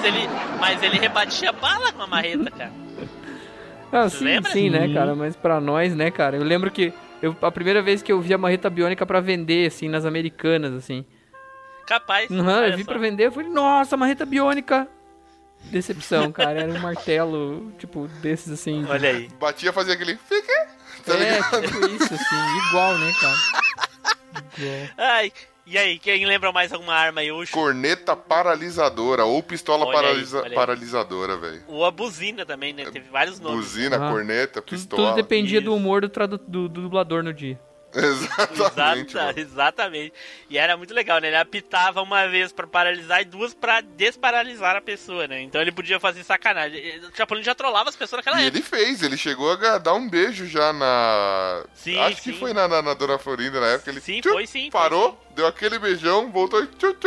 Mas ele rebatia bala com a marreta, cara. Ah, sim, né, cara? Mas pra nós, né, cara? Eu lembro que a primeira vez que eu vi a marreta biônica pra vender, assim, nas Americanas, assim. Capaz. Eu vi pra vender, eu falei, nossa, marreta biônica. Decepção, cara. Era um martelo, tipo, desses, assim. Olha aí. Batia, fazia aquele... Tá tipo isso, assim. Igual, né, cara? Igual. Ai... E aí, quem lembra mais alguma arma aí, Ucho? Corneta paralisadora ou pistola paralisadora, velho. Ou a buzina também, né? Teve vários nomes. Buzina, corneta, pistola. Tudo dependia do humor do dublador no dia. Exatamente. E era muito legal, né? Ele apitava uma vez pra paralisar e duas pra desparalisar a pessoa, né? Então ele podia fazer sacanagem. O Chapolin já trollava as pessoas naquela época. Ele chegou a dar um beijo já na... Acho que foi na Dona Florinda na época. Ele parou, deu aquele beijão, voltou e vamos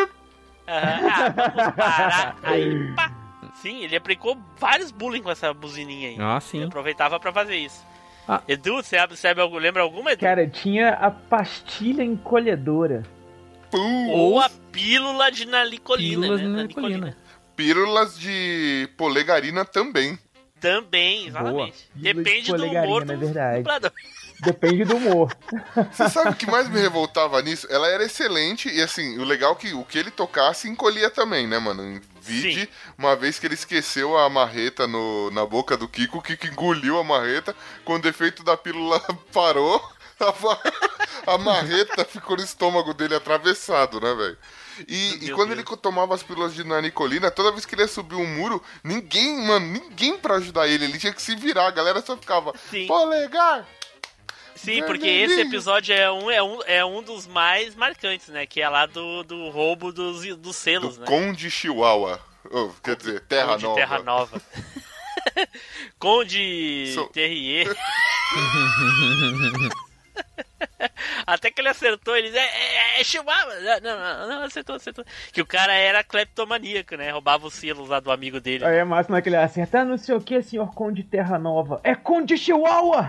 parar. Aí, pá. Sim, ele aplicou vários bullying com essa buzininha aí. Ah, sim. Ele aproveitava pra fazer isso. Edu, você lembra alguma, Edu? Cara, tinha a pastilha encolhedora. Ou a pílula de nalicolina. Pílulas de polegarina também. Também, exatamente. Depende do humor do dublador. Depende do humor. Você sabe o que mais me revoltava nisso? Ela era excelente e, assim, o legal é que o que ele tocasse encolhia também, né, mano? Vide, uma vez que ele esqueceu a marreta na boca do Kiko, o Kiko engoliu a marreta, quando o efeito da pílula parou, a marreta ficou no estômago dele atravessado, né, velho? E quando ele tomava as pílulas de nanicolina, toda vez que ele ia subir um muro, ninguém pra ajudar ele tinha que se virar, a galera só ficava, polegar! Sim, porque esse episódio é um dos mais marcantes, né? Que é lá do roubo dos selos, né? Conde Chihuahua. Quer dizer, Terra Nova. Terra Nova. Conde Terrier. Até que ele acertou, ele disse, é Chihuahua. Não, acertou. Que o cara era cleptomaníaco, né? Roubava os selos lá do amigo dele. Aí é massa naquele acertar, não sei o que, senhor Conde Terra Nova. É Conde Chihuahua!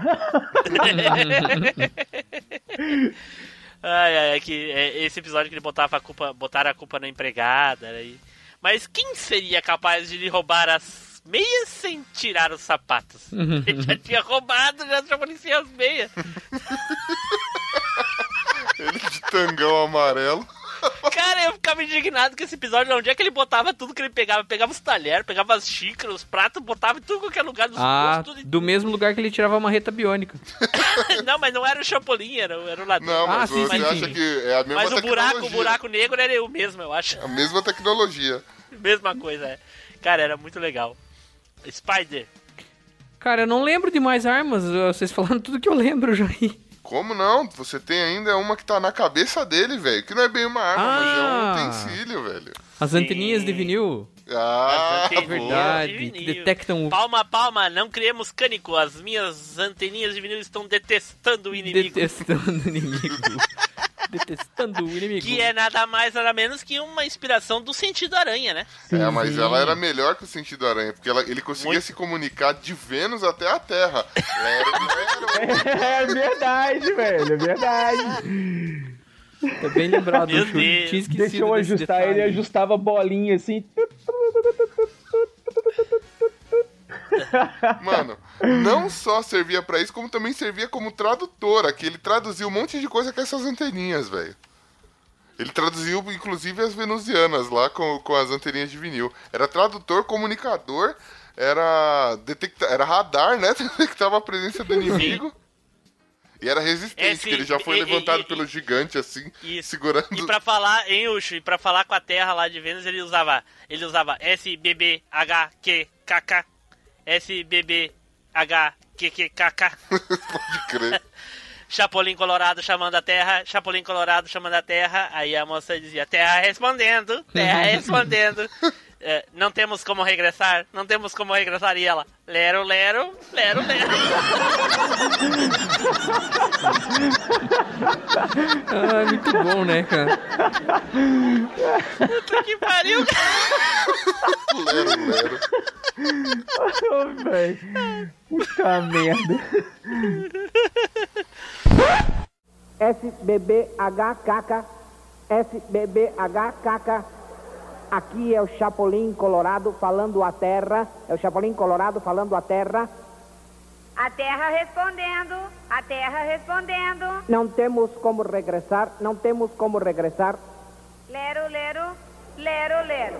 Esse episódio que ele botaram a culpa na empregada. Aí. Mas quem seria capaz de lhe roubar as meias sem tirar os sapatos? Ele já tinha roubado, já conhecia as meias. Ele de tangão amarelo. Cara, eu ficava indignado com esse episódio. Onde é que ele botava tudo que ele pegava? Pegava os talheres, pegava as xícaras, os pratos, botava em tudo qualquer lugar dos postos. Do mesmo lugar que ele tirava a marreta biônica. Não, mas não era o Chapolin, era o ladrão. Não, mas você acha que é a mesma tecnologia. Mas o buraco negro era o mesmo, eu acho. A mesma tecnologia. Mesma coisa, é. Cara, era muito legal. Spider. Cara, eu não lembro de mais armas. Vocês falando tudo que eu lembro já aí. Como não? Você tem ainda uma que tá na cabeça dele, velho. Que não é bem uma arma, mas é um utensílio, velho. As anteninhas de vinil? É verdade. Que detectam... Palma, não criemos cânico. As minhas anteninhas de vinil estão detestando o inimigo. Detestando o inimigo. Que é nada mais, nada menos que uma inspiração do Sentido Aranha, né? Mas ela era melhor que o Sentido Aranha, porque ele conseguia se comunicar de Vênus até a Terra. É verdade, velho, é verdade. É bem lembrado. Deixa eu ajustar, ele ajustava a bolinha assim. Mano, não só servia pra isso, como também servia como tradutora, que ele traduziu um monte de coisa com essas anteninhas, velho. Ele traduziu, inclusive, as venusianas lá com as anteninhas de vinil. Era tradutor, comunicador, era radar, né? Detectava a presença do inimigo. E era resistente, que ele já foi levantado pelo gigante, assim, segurando... E pra falar, hein, Ucho, e pra falar com a Terra lá de Vênus, ele usava SBBHQKK. SBBHQQKK. Pode crer. Chapolin Colorado chamando a Terra, Chapolin Colorado chamando a Terra. Aí a moça dizia, Terra respondendo. Não temos como regressar. E ela, lero. Muito bom, né, cara? Puta que pariu. Lero. Oh, velho. Puta merda. SBBHKK. Aqui é o Chapolin Colorado falando à Terra. É o Chapolin Colorado falando à Terra. A terra respondendo, a terra respondendo. Não temos como regressar, não temos como regressar. Lero, lero, lero, lero.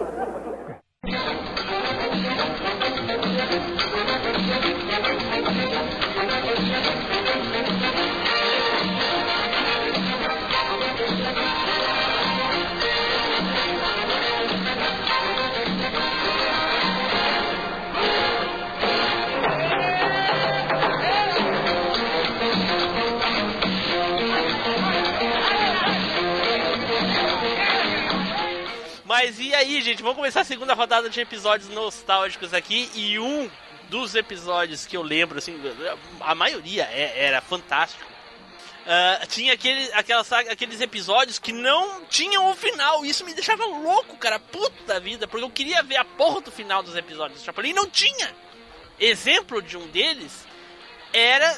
Mas e aí, gente? Vamos começar a segunda rodada de episódios nostálgicos aqui. E um dos episódios que eu lembro, assim, a maioria era fantástico. Tinha aqueles episódios que não tinham o final. Isso me deixava louco, cara. Puta vida. Porque eu queria ver a porra do final dos episódios do Chapolin e não tinha. Exemplo de um deles era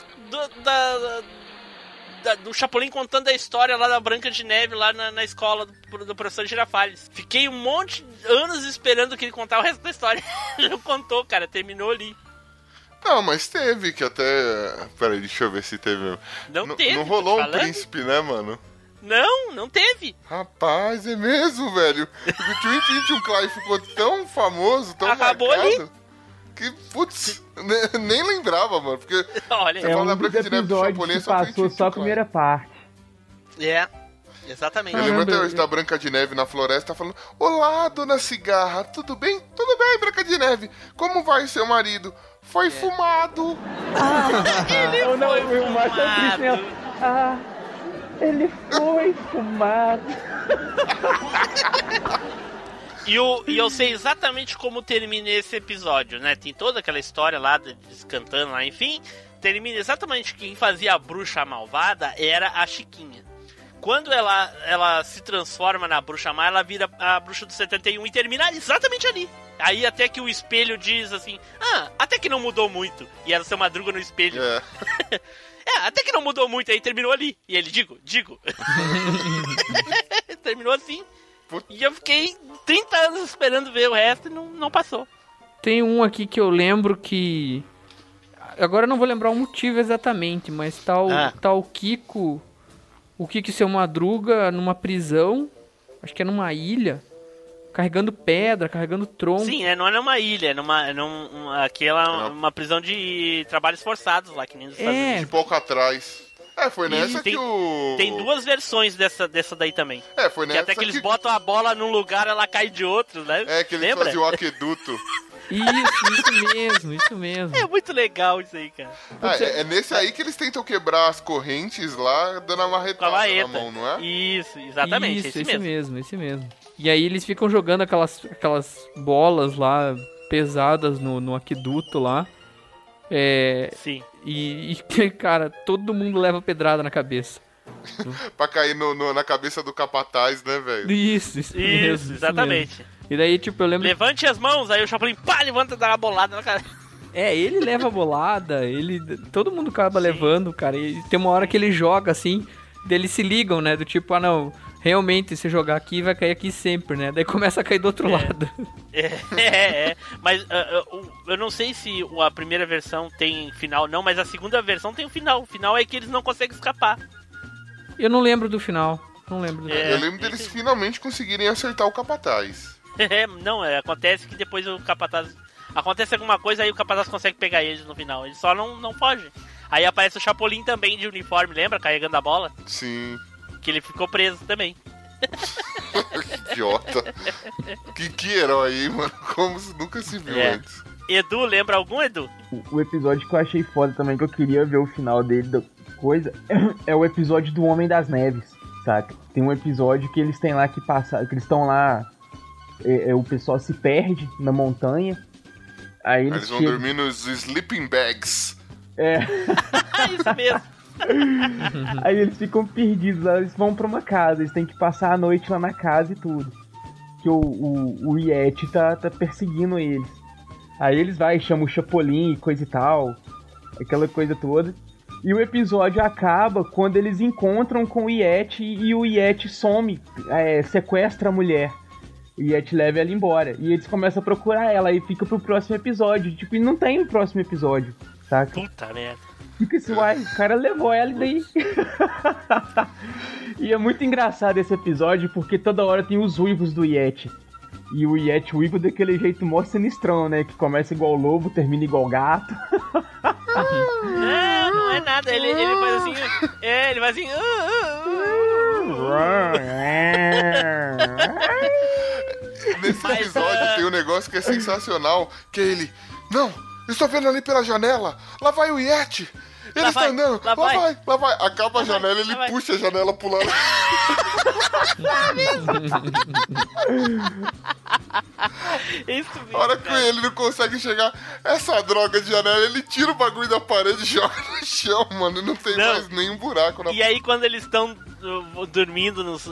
do Chapolin contando a história lá da Branca de Neve, lá na escola do professor Girafales. Fiquei um monte de anos esperando que ele contasse o resto da história. Ele não contou, cara, terminou ali. Não, mas teve, que até... Peraí, deixa eu ver se teve... Não teve, não rolou um príncipe, né, mano? Não teve. Rapaz, é mesmo, velho. O Twin Twin Clay ficou tão famoso, tão acabou marcado, ali. Que, putz, nem lembrava, mano. Porque olha, é um dos episódios que passou só a primeira parte. É, exatamente. Eu lembro até hoje da Branca de Neve na floresta falando: olá, dona Cigarra, tudo bem? Tudo bem, Branca de Neve. Como vai seu marido? Foi fumado. Ele não, foi o Marcelo fumado. Ele foi fumado. E eu sei exatamente como termina esse episódio, né? Tem toda aquela história lá, deles cantando lá, enfim. Termina exatamente quem fazia a bruxa malvada era a Chiquinha. Quando ela se transforma na bruxa má, ela vira a bruxa do 71 e termina exatamente ali. Aí até que o espelho diz assim, até que não mudou muito. E era o Seu Madruga no espelho. Até que não mudou muito, aí terminou ali. E ele, digo. Terminou assim. E eu fiquei 30 anos esperando ver o resto e não passou. Tem um aqui que eu lembro que... Agora eu não vou lembrar o motivo exatamente, mas tá o Kiko... O Kiko e Seu Madruga numa prisão, acho que é numa ilha, carregando pedra, carregando tronco. Sim, não é numa ilha, uma prisão de trabalhos forçados lá, que nem nos Estados Unidos. De pouco atrás. Foi nessa que o... Tem duas versões dessa daí também. Foi nessa que até que eles botam a bola num lugar, ela cai de outro, né? Que eles faziam o aqueduto. Isso mesmo. É muito legal isso aí, cara. É nesse aí que eles tentam quebrar as correntes lá, dando a marretada na mão, não é? Isso, exatamente. Esse mesmo. E aí eles ficam jogando aquelas bolas lá, pesadas no aqueduto lá. Sim. E, cara, todo mundo leva pedrada na cabeça. Pra cair na cabeça do capataz, né, velho? Isso mesmo. Exatamente. Mesmo. E daí, tipo, eu lembro... Levante as mãos, aí o Chapolin, levanta e dá uma bolada na cara. Ele leva a bolada, todo mundo acaba levando, cara. E tem uma hora que ele joga, assim, daí eles se ligam, né? Do tipo, não, realmente, se jogar aqui, vai cair aqui sempre, né? Daí começa a cair do outro lado. Mas eu não sei se a primeira versão tem final, não, mas a segunda versão tem um final. O final é que eles não conseguem escapar. Eu não lembro do final. Não lembro. Eu lembro deles finalmente conseguirem acertar o capataz. Acontece que depois o capataz... Acontece alguma coisa, aí o capataz consegue pegar eles no final. Eles só não fogem. Aí aparece o Chapolin também de uniforme, lembra? Carregando a bola. Sim. Que ele ficou preso também. Idiota. Que herói, hein, mano? Como nunca se viu antes. Edu, lembra algum, Edu? O episódio que eu achei foda também, que eu queria ver o final dele, da coisa, é o episódio do Homem das Neves, saca? Tem um episódio que eles têm lá que passar, que eles estão lá, o pessoal se perde na montanha. Aí eles vão dormir nos sleeping bags. Isso mesmo. Aí eles ficam perdidos lá, eles vão pra uma casa, eles têm que passar a noite lá na casa e tudo. Que o Yeti tá perseguindo eles. Aí eles chamam o Chapolin e coisa e tal, aquela coisa toda. E o episódio acaba quando eles encontram com o Yeti e o Yeti some, sequestra a mulher. o Yeti leva ela embora. E eles começam a procurar ela e fica pro próximo episódio. Tipo, e não tem o próximo episódio, saca? Puta merda. Fica assim, uai, o cara levou ela e daí... E é muito engraçado esse episódio porque toda hora tem os uivos do Yeti. E o Yeti uiva daquele jeito mó sinistrão, né? Que começa igual lobo, termina igual gato. Não é nada. Ele faz assim... ele faz assim... Nesse episódio tem um negócio que é sensacional, que é ele... Não, eu estou vendo ali pela janela. Lá vai o Yeti. Ele está andando. Lá vai. Acaba a janela, ele puxa a janela pro lado. Isso mesmo, a hora que ele não consegue chegar, essa droga de janela, ele tira o bagulho da parede e joga no chão, mano. Não tem mais nenhum buraco na E aí quando eles estão dormindo no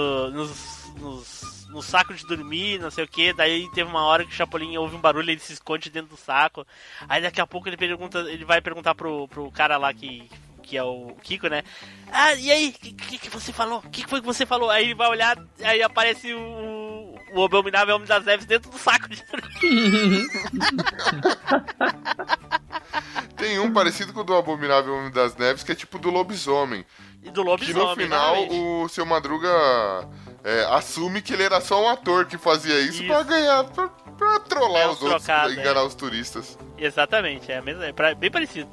saco de dormir, não sei o que, daí teve uma hora que o Chapolin ouve um barulho e ele se esconde dentro do saco. Aí daqui a pouco ele vai perguntar pro cara lá que é o Kiko, né? Ah, e aí? O que você falou? O que foi que você falou? Aí ele vai olhar, aí aparece o Abominável Homem das Neves dentro do saco de dormir. Tem um parecido com o do Abominável Homem das Neves, que é tipo do lobisomem. E do lobisomem, que no final o Seu Madruga assume que ele era só um ator que fazia isso. Pra ganhar, pra trollar os outros, pra enganar os turistas. Exatamente, é bem parecido.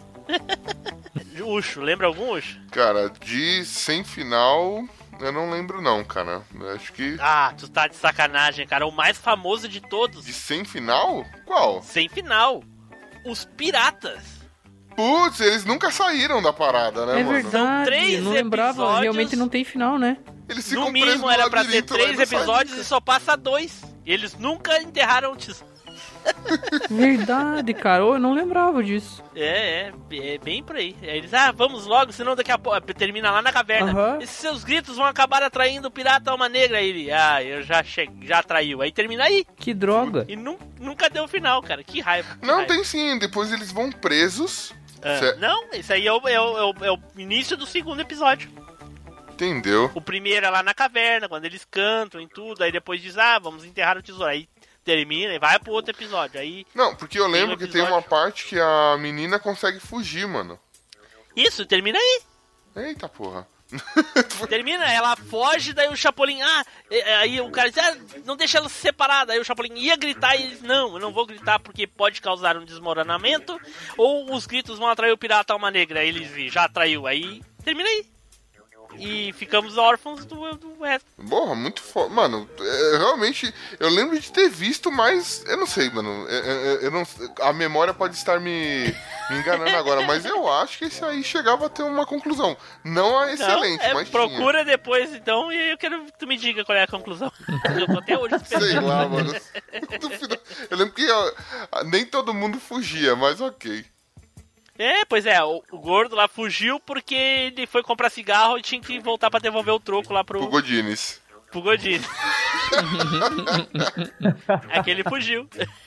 Ucho, lembra algum Ucho? Cara, de sem final, eu não lembro não, cara. Eu acho que... Ah, tu tá de sacanagem, cara. O mais famoso de todos. De sem final? Qual? Sem final. Os Piratas. Putz, eles nunca saíram da parada, né, mano? Verdade, são 3 não lembrava, episódios. Realmente não tem final, né? Eles ficam no mínimo era pra ter 3 episódios saída. e só passa 2. E eles nunca enterraram o tesouro. Verdade, cara, eu não lembrava disso. É bem por aí. Aí eles, vamos logo, senão daqui a pouco termina lá na caverna. Esses seus gritos vão acabar atraindo o pirata Alma Negra. Aí ele, eu já atraiu. Aí termina aí. Que droga. E nunca deu final, cara. Que raiva. Tem sim, depois eles vão presos. Não, isso aí é o início do segundo episódio. Entendeu? O primeiro é lá na caverna, quando eles cantam e tudo. Aí depois diz, vamos enterrar o tesouro. Aí termina e vai pro outro episódio. Aí não, porque eu lembro que tem uma parte que a menina consegue fugir, mano. Isso, termina aí. Eita porra. Termina, ela foge, daí o Chapolin, aí o cara diz, não deixa ela se separar. Aí o Chapolin ia gritar e ele disse, não, eu não vou gritar porque pode causar um desmoronamento, ou os gritos vão atrair o pirata Alma Negra. Aí ele diz, já atraiu, aí termina aí. E ficamos órfãos do resto. Porra, muito foda. Mano, realmente, eu lembro de ter visto, mas eu não sei, mano. A memória pode estar me enganando agora, mas eu acho que esse aí chegava a ter uma conclusão. Não é excelente, mas procura tinha. Depois, então, e eu quero que tu me diga qual é a conclusão. Eu tô até hoje esperando. Sei lá, mano. Eu lembro que nem todo mundo fugia, mas ok. Pois é, o gordo lá fugiu porque ele foi comprar cigarro e tinha que voltar pra devolver o troco lá pro Godines. Pro Godines. É que ele fugiu.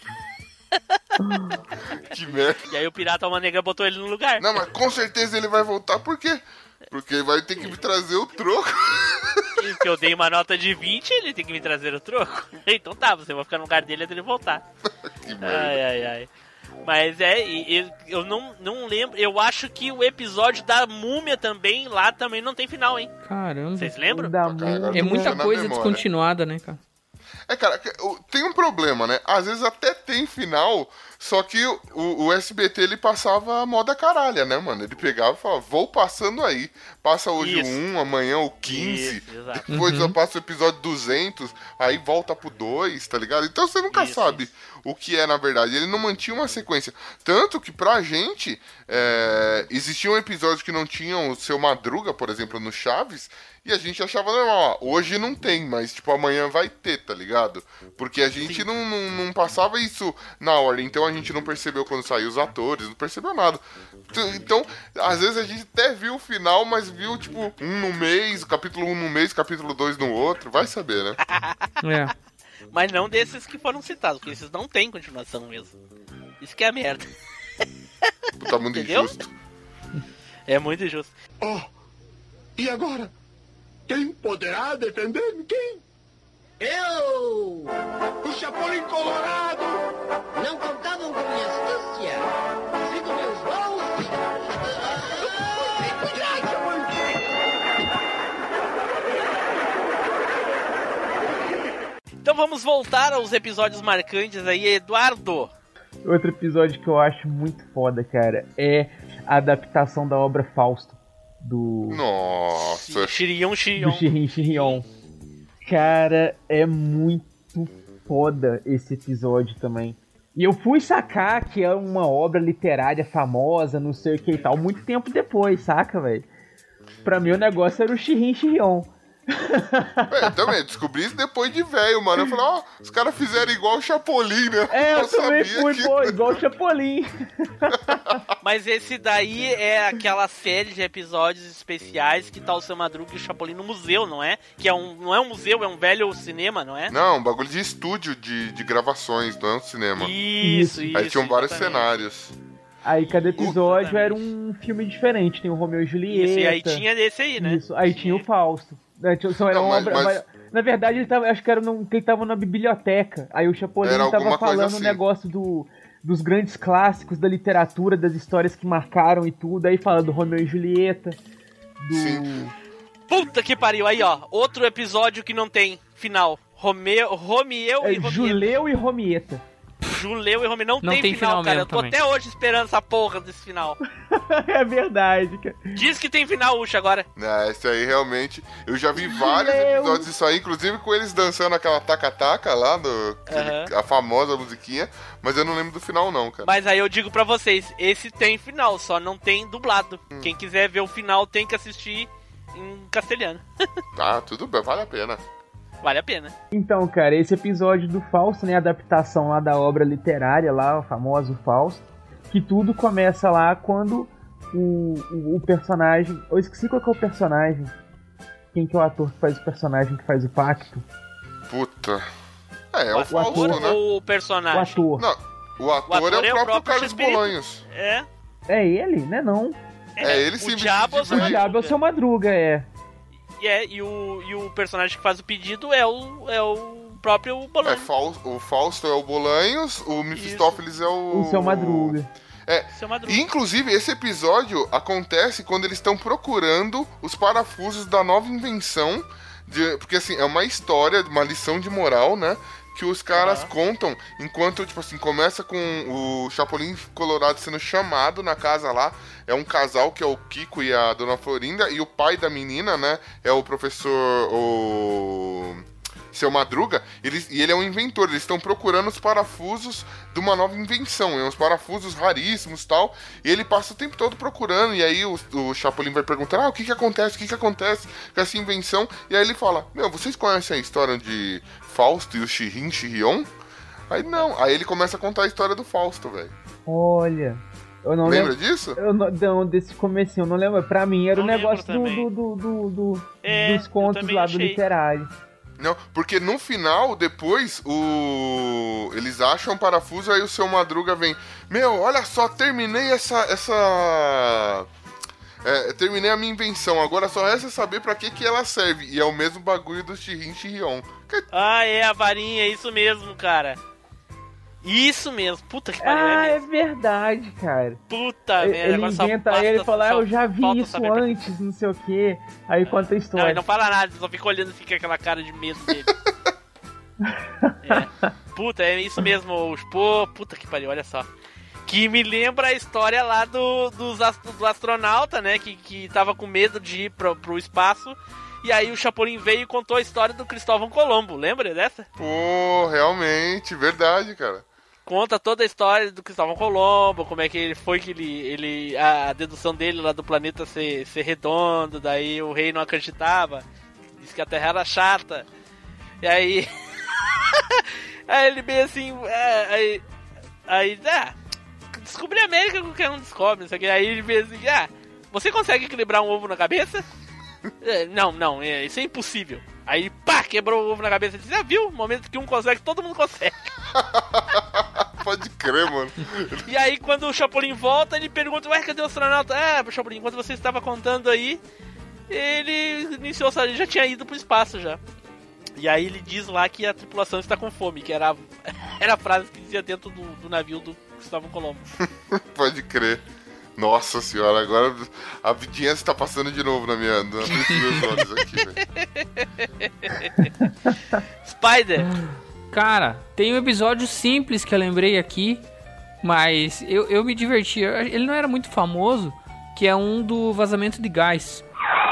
Que merda. E aí o pirata Alma Negra botou ele no lugar. Não, mas com certeza ele vai voltar, por quê? Porque vai ter que me trazer o troco. Porque eu dei uma nota de 20 e ele tem que me trazer o troco. Então tá, você vai ficar no lugar dele até ele voltar. Que merda. Ai. Mas eu não lembro. Eu acho que o episódio da Múmia também, lá também não tem final, hein? Caramba. Vocês lembram? É muita coisa descontinuada, né, cara? Cara, tem um problema, né? Às vezes até tem final, só que o SBT, ele passava a moda caralha, né, mano? Ele pegava e falava, vou passando aí. Passa hoje o 1, amanhã o 15, depois passa o episódio 200, aí volta pro 2, tá ligado? Então você nunca sabe o que é, na verdade. Ele não mantinha uma sequência. Tanto que pra gente, existiam episódios que não tinham o Seu Madruga, por exemplo, no Chaves, e a gente achava normal, hoje não tem, mas tipo, amanhã vai ter, tá ligado? Porque a gente não passava isso na ordem, então a gente não percebeu quando saiu os atores, não percebeu nada. Então, às vezes a gente até viu o final, mas viu, tipo, um no mês, capítulo 1 no mês, capítulo 2 no outro, vai saber, né? Mas não desses que foram citados, porque esses não tem continuação mesmo. Isso que é a merda. Tá muito injusto. É muito injusto. E agora? Quem poderá defender-me? Quem? Eu! Colorado! Não contavam com minha astúcia. Sigo meus voos. Então vamos voltar aos episódios marcantes aí, Eduardo. Outro episódio que eu acho muito foda, cara, é a adaptação da obra Fausto. Nossa. Chirion. Do Chirion. Cara, é muito foda esse episódio também. E eu fui sacar que é uma obra literária famosa, não sei o que e tal, muito tempo depois, saca, velho? Pra mim o negócio era o Chirion. Também, descobri isso depois de velho, mano. Eu falei, ó, os caras fizeram igual o Chapolin, né? Eu também fui, igual o Chapolin. Mas esse daí é aquela série de episódios especiais que tá o Seu Madruga e o Chapolin no museu, não é? Que não é um museu, é um velho cinema, não é? Não, um bagulho de estúdio de gravações, não é um cinema. Isso. Aí tinham vários cenários. Aí cada episódio era um filme diferente. Tem o Romeu e Julieta. Isso, e aí tinha esse aí, né? Isso, aí tinha o Fausto. Na verdade, acho que ele tava na biblioteca. Aí o Chapolin tava falando um negócio dos grandes clássicos da literatura, das histórias que marcaram e tudo. Aí fala do Romeu e Julieta. Sim. Puta que pariu. Aí, ó. Outro episódio que não tem final. Romeu e Julieta. Juleu e Romieta. Juleu e Romeu. Não tem final, cara. Eu tô também. até hoje esperando essa porra desse final. É verdade, cara. Diz que tem final, Ucha, agora. Esse aí realmente. Eu já vi vários episódios disso aí, inclusive com eles dançando aquela taca-taca lá, a famosa musiquinha, mas eu não lembro do final, não, cara. Mas aí eu digo pra vocês: esse tem final, só não tem dublado. Quem quiser ver o final tem que assistir em castelhano. Ah, tudo bem, vale a pena. Vale a pena. Então, cara, esse episódio do Fausto, né, a adaptação lá da obra literária, lá, o famoso Fausto, que tudo começa lá quando o personagem... Eu esqueci qual que é o personagem. Quem que é o ator que faz o personagem que faz o pacto? Puta. É o Fausto, né? Ou o personagem? O ator. Não, o ator é o próprio Carlos Bolanhos. É? É ele, né, não? É ele sim. O Diabo é o Seu Madruga, E o personagem que faz o pedido é o próprio Bolanhos. O Fausto é o Bolanhos, o Mephistófeles é o Seu Madruga. Seu Madruga. E, inclusive, esse episódio acontece quando eles estão procurando os parafusos da nova invenção. Porque, assim, é uma história, uma lição de moral, né? Que os caras contam enquanto, tipo assim, começa com o Chapolin Colorado sendo chamado na casa lá. É um casal que é o Kiko e a Dona Florinda. E o pai da menina, né, é o professor... Seu Madruga. E ele é um inventor. Eles estão procurando os parafusos de uma nova invenção. É uns parafusos raríssimos e tal. E ele passa o tempo todo procurando. E aí o Chapolin vai perguntar, o que acontece com essa invenção? E aí ele fala, vocês conhecem a história de Fausto e o Chirion? Aí não. Aí ele começa a contar a história do Fausto, velho. Olha... Eu não lembra disso? Não, desse comecinho, eu não lembro. Pra mim era o negócio dos contos lá do literário. Não, porque no final, depois, eles acham um parafuso, aí o Seu Madruga vem, olha só, terminei terminei a minha invenção, agora só resta saber pra que ela serve. E é o mesmo bagulho do Chirion. É a varinha, é isso mesmo, cara. Isso mesmo, puta que pariu. É verdade, cara. Puta merda. Ele inventa, ele fala, eu já vi isso antes, não sei o que. Aí conta a história. Não, ele não fala nada, só fica olhando e fica aquela cara de medo dele. Puta, é isso mesmo. Pô, puta que pariu, olha só. Que me lembra a história lá do astronauta, né? Que tava com medo de ir pro espaço. E aí o Chapolin veio e contou a história do Cristóvão Colombo. Lembra dessa? Pô, realmente, verdade, cara. Conta toda a história do Cristóvão Colombo, como é que ele foi que a dedução dele lá do planeta ser redondo, daí o rei não acreditava, disse que a Terra era chata. E aí aí ele bem assim, descobrir a América que qualquer um descobre, isso aqui. Aí ele bem assim, você consegue equilibrar um ovo na cabeça? Não, isso é impossível. Aí, pá, quebrou o ovo na cabeça e disse, viu? No momento que um consegue, todo mundo consegue. Pode crer, mano. E aí, quando o Chapolin volta, ele pergunta, cadê o astronauta? Chapolin, enquanto você estava contando aí, ele iniciou, já tinha ido pro espaço já. E aí ele diz lá que a tripulação está com fome, que era a frase que dizia dentro do navio do Cristóvão Colombo. Pode crer. Nossa senhora, agora a vidinha está passando de novo na frente dos meus olhos aqui, velho. Spider! Cara, tem um episódio simples que eu lembrei aqui, mas eu me diverti. Ele não era muito famoso, que é um do vazamento de gás.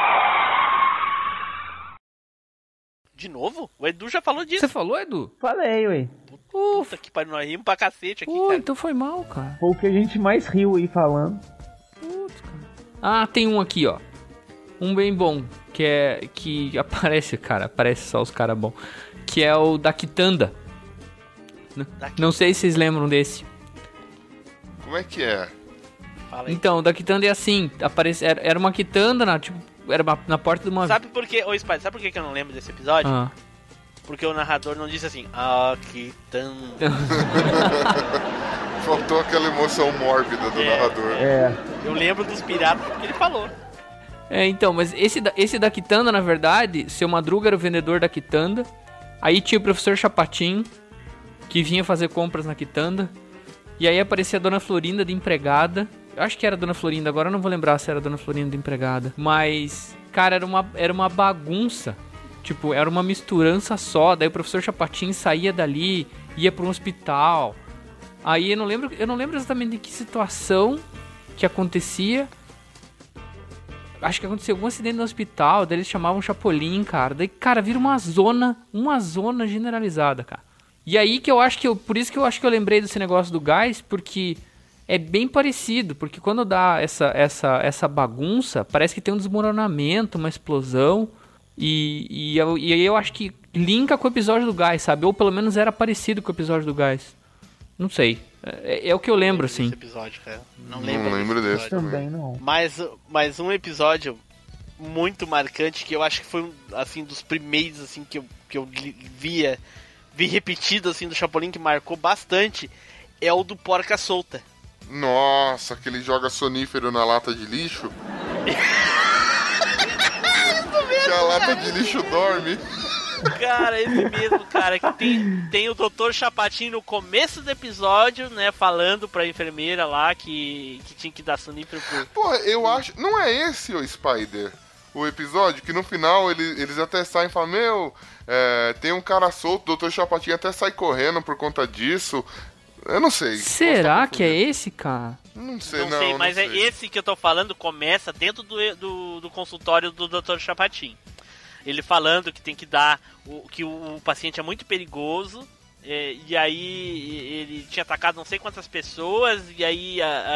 De novo? O Edu já falou disso. Você falou, Edu? Falei, ué. Puta que pariu, nós rimos pra cacete aqui, cara. Então foi mal, cara. Foi o que a gente mais riu aí falando. Putz, cara. Ah, tem um aqui, ó. Um bem bom, que aparece, cara. Aparece só os caras bons. Que é o da Quitanda. Não sei se vocês lembram desse. Como é que é? Fala aí. Então, o da Quitanda é assim. Era uma Quitanda, era na porta de uma... Sabe por quê? Ô, Spider, sabe por que eu não lembro desse episódio? Porque o narrador não disse assim, Quitanda. Faltou aquela emoção mórbida do narrador. Eu lembro dos piratas porque ele falou. Então, mas esse da Quitanda, na verdade, seu Madruga era o vendedor da Quitanda. Aí tinha o professor Chapatin, que vinha fazer compras na Quitanda. E aí aparecia a Dona Florinda de empregada. Eu acho que era a Dona Florinda, agora eu não vou lembrar se era a Dona Florinda de empregada. Mas, cara, era uma bagunça. Tipo, era uma misturança só. Daí o professor Chapatin saía dali, ia para um hospital. Aí eu não lembro exatamente de que situação que acontecia. Acho que aconteceu algum acidente no hospital, daí eles chamavam Chapolin, cara. Daí, cara, vira uma zona generalizada, cara. E aí que eu acho que por isso que eu acho que eu lembrei desse negócio do gás, porque é bem parecido, porque quando dá essa bagunça, parece que tem um desmoronamento, uma explosão, e aí eu acho que linka com o episódio do gás, sabe? Ou pelo menos era parecido com o episódio do gás. Não sei. É o que eu lembro, assim. Esse episódio, cara. Não lembro desse também, não. Mas um episódio muito marcante, que eu acho que foi assim, dos primeiros assim, que eu vi repetido assim, do Chapolin, que marcou bastante, é o do Porca Solta. Nossa, que ele joga sonífero na lata de lixo. Que a lata de lixo dorme. Cara, esse mesmo, cara, que tem o Dr. Chapatin no começo do episódio, né, falando pra enfermeira lá que tinha que dar sonífero pro... Pô, eu acho... Não é esse, o Spider, o episódio, que no final eles até saem e falam, tem um cara solto, o Dr. Chapatin até sai correndo por conta disso. Eu não sei. Será que é esse, cara? Não sei, mas não é sei. esse que eu tô falando, começa dentro do consultório do Dr. Chapatin. Ele falando que tem que dar, que o paciente é muito perigoso, e aí ele tinha atacado não sei quantas pessoas, e aí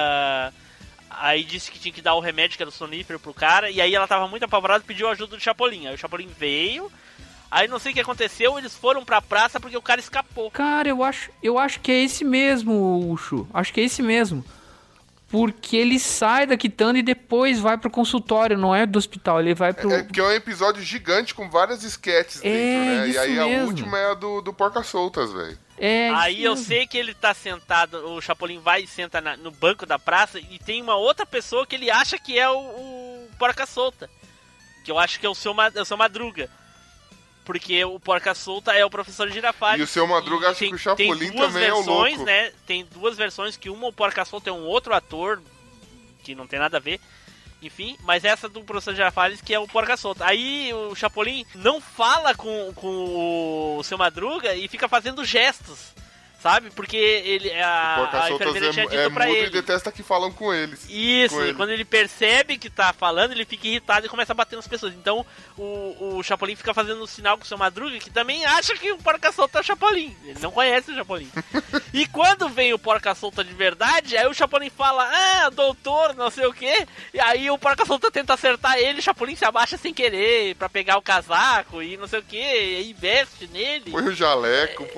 aí disse que tinha que dar o remédio que era o sonífero pro cara, e aí ela tava muito apavorada e pediu ajuda do Chapolin. Aí o Chapolin veio, aí não sei o que aconteceu, eles foram pra praça porque o cara escapou. Cara, eu acho que é esse mesmo, Ucho. Acho que é esse mesmo. Porque ele sai da Quitanda e depois vai pro consultório, não é do hospital, ele vai pro... Porque é um episódio gigante com várias sketches dentro, né? E aí mesmo. A última é a do Porca Soltas, velho. Aí eu sei que ele tá sentado, o Chapolin vai e senta no banco da praça e tem uma outra pessoa que ele acha que é o Porca Solta. Que eu acho que é o seu Madruga. Porque o Porca Solta é o professor Girafales. E o seu Madruga acha que o Chapolin também é o louco. Né? Tem duas versões, que uma o Porca Solta é um outro ator, que não tem nada a ver. Enfim, mas essa do professor Girafales que é o Porca Solta. Aí o Chapolin não fala com o seu Madruga e fica fazendo gestos. Sabe? Porque a enfermeira tinha dito pra ele. E detesta que falam com eles. Isso, e quando ele percebe que tá falando, ele fica irritado e começa a bater nas pessoas. Então o Chapolin fica fazendo um sinal com o seu Madruga, que também acha que o Porca Solta é o Chapolin. Ele não conhece o Chapolin. E quando vem o Porca Solta de verdade, aí o Chapolin fala, doutor, não sei o quê. E aí o Porca Solta tenta acertar ele, o Chapolin se abaixa sem querer pra pegar o casaco e não sei o quê. E aí veste nele. Põe o jaleco,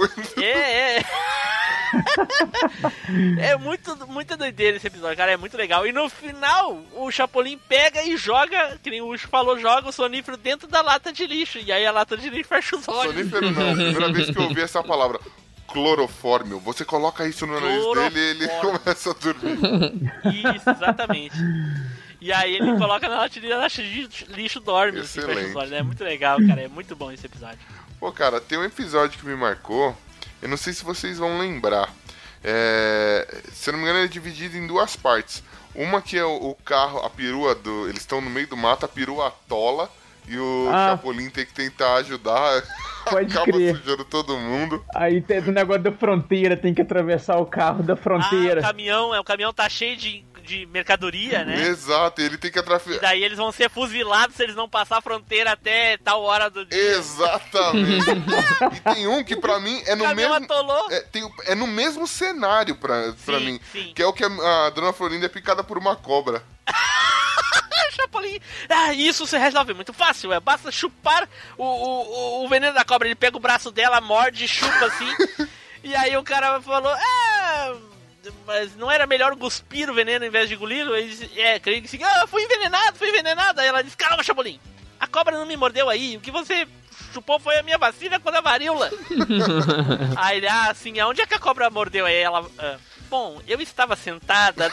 É muita doideira esse episódio, cara, é muito legal. E no final, o Chapolin pega e joga, que nem o Ucho falou, joga o sonífero dentro da lata de lixo. E aí a lata de lixo fecha os olhos. Sonífero não, primeira vez que eu ouvi essa palavra. Clorofórmio, você coloca isso no nariz dele e ele começa a dormir. Isso, exatamente. E aí ele coloca na lata de lixo, dorme. Excelente. Assim, fecha os olhos. É muito legal, cara, é muito bom esse episódio. Pô, cara, tem um episódio que me marcou, eu não sei se vocês vão lembrar. Se eu não me engano, ele é dividido em duas partes. Uma que é o carro, a perua eles estão no meio do mato, a perua atola e o Chapolin tem que tentar ajudar. Pode acaba crer. sujando todo mundo. Aí tem o negócio da fronteira, tem que atravessar o carro da fronteira. O caminhão tá cheio de mercadoria, né? Exato, ele tem que atravessar. E daí eles vão ser fuzilados se eles não passar a fronteira até tal hora do dia. Exatamente. E tem um que pra mim é no mesmo. Atolou. É no mesmo cenário pra mim. Sim. Que é o que a Dona Florinda é picada por uma cobra. Chapolin. Isso se resolve muito fácil. Basta chupar o veneno da cobra. Ele pega o braço dela, morde e chupa assim. E aí o cara falou: mas não era melhor cuspir o veneno em vez de engolir? Creio que sim. Fui envenenado. Aí ela disse: calma, Chapolin. A cobra não me mordeu aí. O que você chupou foi a minha vacina contra a varíola. Aí ele: sim, aonde é que a cobra mordeu? Aí ela: bom, eu estava sentada.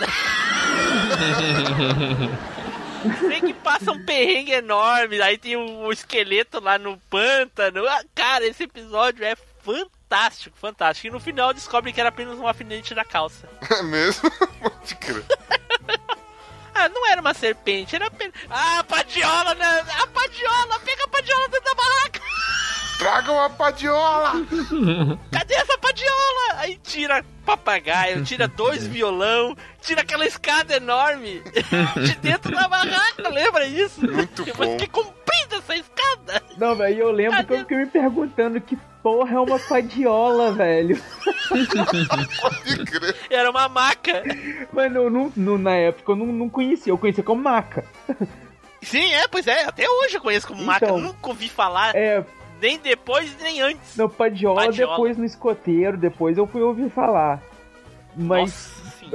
Sei que passa um perrengue enorme. Aí tem o esqueleto lá no pântano. Cara, esse episódio é fantástico. E no final descobre que era apenas um alfinete da calça. É mesmo? Pode crer. Não era uma serpente, era apenas... a padiola, né? A padiola, pega a padiola dentro da barraca. Tragam a padiola. Cadê essa padiola? Aí tira papagaio, tira 2 violão, tira aquela escada enorme de dentro da barraca, lembra isso? Muito bom. Que comprida essa escada. Não, velho, eu lembro que eu fiquei me perguntando que porra é uma padiola, velho. Pode crer. Era uma maca. Mas na época eu não conhecia, eu conhecia como maca. Sim, pois é, até hoje eu conheço como maca, nunca ouvi falar. Nem depois, nem antes. Não, padiola depois no escoteiro, depois eu fui ouvir falar. Mas,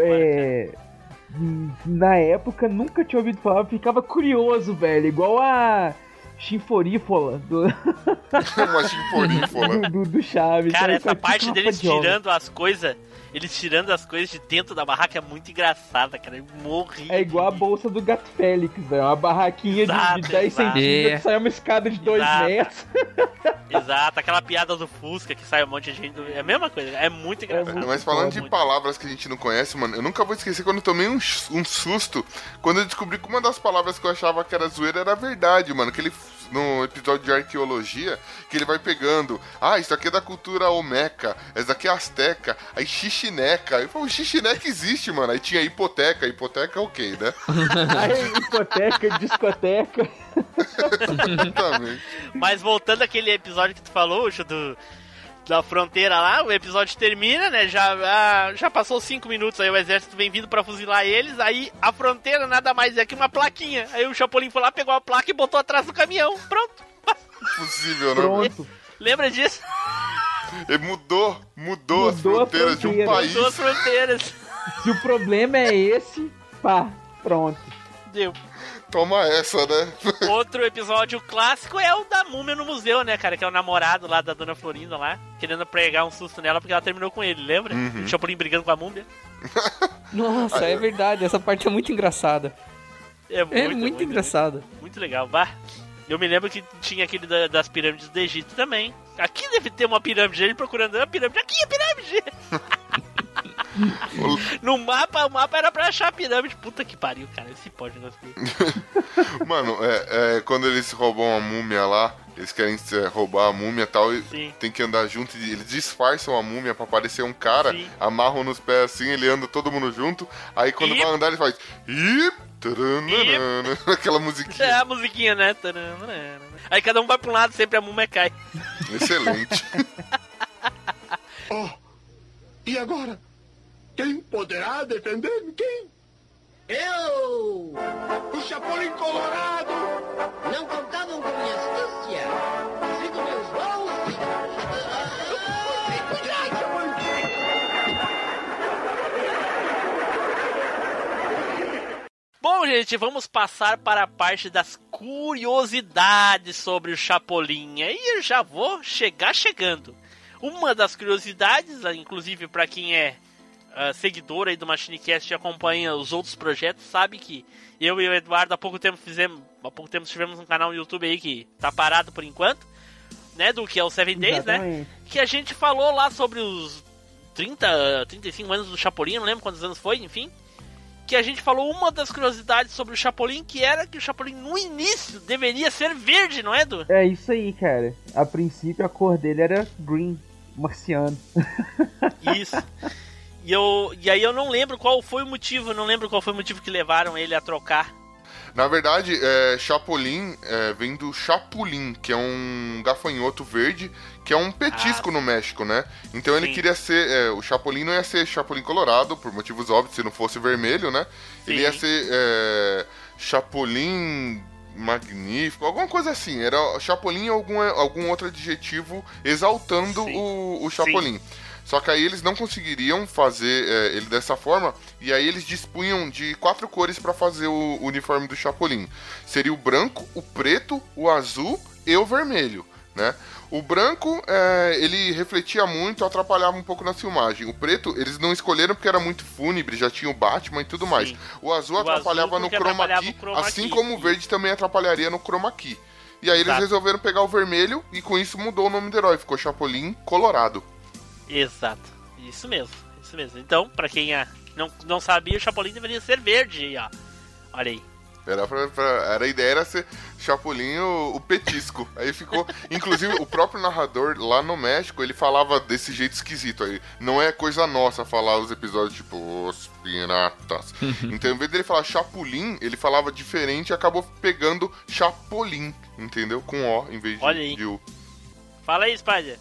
na época, nunca tinha ouvido falar, eu ficava curioso, velho. Igual a chinforífola uma chinforífola do Chaves. Cara, essa parte deles tirando as coisas... Eles tirando as coisas de dentro da barraca é muito engraçada, cara. Eu morri. É igual a bolsa do Gato Félix, velho. Uma barraquinha de 10 centímetros, sai uma escada de 2 metros. Exato, aquela piada do Fusca que sai um monte de gente. É a mesma coisa, é muito engraçado. Mas falando de palavras que a gente não conhece, mano, eu nunca vou esquecer quando eu tomei um susto quando eu descobri que uma das palavras que eu achava que era zoeira era verdade, mano. Que ele, no episódio de arqueologia, que ele vai pegando: isso aqui é da cultura olmeca, essa daqui é asteca, aí xixineca. Aí falou: xixineca existe, mano. Aí tinha hipoteca é ok, né? Aí, hipoteca, discoteca. Exatamente. Mas voltando àquele episódio que tu falou, da fronteira lá, o episódio termina, né? Já passou 5 minutos, aí o exército vem vindo pra fuzilar eles, aí a fronteira nada mais é que uma plaquinha. Aí o Chapolin foi lá, pegou a placa e botou atrás do caminhão. Pronto. Possível, né? Pronto. Lembra disso? Ele mudou as fronteiras de um país. Mudou as fronteiras. Se o problema é esse, pronto. Deu. Toma essa, né? Outro episódio clássico é o da múmia no museu, né, cara? Que é o namorado lá da Dona Florinda lá, querendo pregar um susto nela porque ela terminou com ele, lembra? O Chapolin brigando com a múmia. Nossa, é verdade, essa parte é muito engraçada. É muito engraçada. Muito legal, Eu me lembro que tinha aquele das pirâmides do Egito também. Aqui deve ter uma pirâmide, ele procurando a pirâmide. Aqui a pirâmide! No mapa, o mapa era pra achar a pirâmide. Puta que pariu, cara. Esse pode negócio dele. Mano, quando eles roubam a múmia lá, eles querem roubar a múmia e tal, e tem que andar junto. E eles disfarçam a múmia pra parecer um cara, amarram nos pés assim, ele anda todo mundo junto. Aí quando vai andar, ele faz. Aquela musiquinha. É a musiquinha, né? Aí cada um vai pra um lado, sempre a múmia cai. Excelente. E agora? Quem poderá defender-me? Quem? Eu! O Chapolin Colorado! Não contavam com minha astúcia! Sigo meus voos! Bom, gente, vamos passar para a parte das curiosidades sobre o Chapolin. Aí eu já vou chegando. Uma das curiosidades, inclusive para quem é seguidor aí do MachineCast e acompanha os outros projetos, sabe que eu e o Eduardo há pouco tempo tivemos um canal no YouTube aí que tá parado por enquanto. né, do que é o Seven Days, né? Que a gente falou lá sobre os 35 anos do Chapolin, não lembro quantos anos foi, enfim. Que a gente falou uma das curiosidades sobre o Chapolin, que era que o Chapolin no início deveria ser verde, não é, Edu? É isso aí, cara. A princípio a cor dele era green, marciano. Isso. E aí eu não lembro qual foi o motivo, que levaram ele a trocar. Na verdade, Chapolin vem do Chapulín, que é um gafanhoto verde, que é um petisco no México, né? Então ele queria ser... o Chapolin não ia ser Chapolin colorado, por motivos óbvios, se não fosse vermelho, né? Sim. Ele ia ser Chapolin magnífico, alguma coisa assim. Era Chapolin ou algum outro adjetivo exaltando o Chapolin. Sim. Só que aí eles não conseguiriam fazer ele dessa forma, e aí eles dispunham de 4 cores para fazer o uniforme do Chapolin. Seria o branco, o preto, o azul e o vermelho, né? O branco, ele refletia muito, atrapalhava um pouco na filmagem. O preto, eles não escolheram porque era muito fúnebre, já tinha o Batman e tudo mais. O azul atrapalhava no chroma key, assim como o verde também atrapalharia no chroma key. E aí eles resolveram pegar o vermelho, e com isso mudou o nome do herói, ficou Chapolin Colorado. Exato, isso mesmo. Então, pra quem não sabia, o Chapolin deveria ser verde, ó. Olha aí. A ideia era ser Chapolin o petisco. Aí ficou... Inclusive, o próprio narrador lá no México, ele falava desse jeito esquisito aí. Não é coisa nossa falar os episódios tipo, os piratas. Então, em vez dele falar Chapulin, ele falava diferente e acabou pegando Chapolin, entendeu? Com O em vez de U. Fala aí, Spider.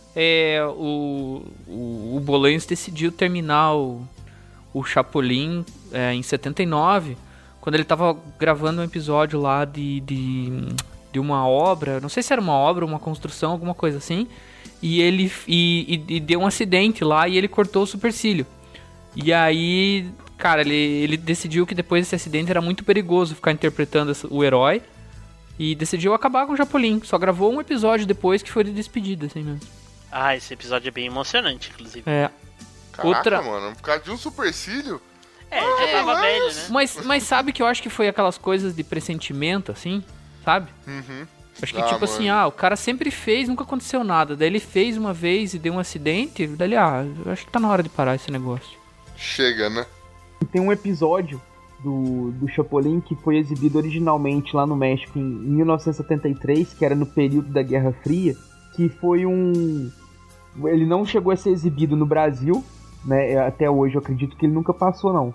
O Bolanhos decidiu terminar o Chapolin em 79, quando ele tava gravando um episódio lá de uma obra, não sei se era uma obra, uma construção, alguma coisa assim, e ele deu um acidente lá e ele cortou o supercílio. E aí, cara, ele decidiu que depois desse acidente era muito perigoso ficar interpretando o herói, e decidiu acabar com o Chapolin. Só gravou um episódio depois que foi de despedida, assim mesmo. Esse episódio é bem emocionante, inclusive. Caraca, mano, por causa de um supercílio? Já tava velho, né? Mas sabe que eu acho que foi aquelas coisas de pressentimento, assim, sabe? Uhum. Acho que tipo assim, o cara sempre fez, nunca aconteceu nada. Daí ele fez uma vez e deu um acidente, daí eu acho que tá na hora de parar esse negócio. Chega, né? Tem um episódio do Chapolin que foi exibido originalmente lá no México em 1973, que era no período da Guerra Fria, que foi ele não chegou a ser exibido no Brasil, né? Até hoje eu acredito que ele nunca passou, não.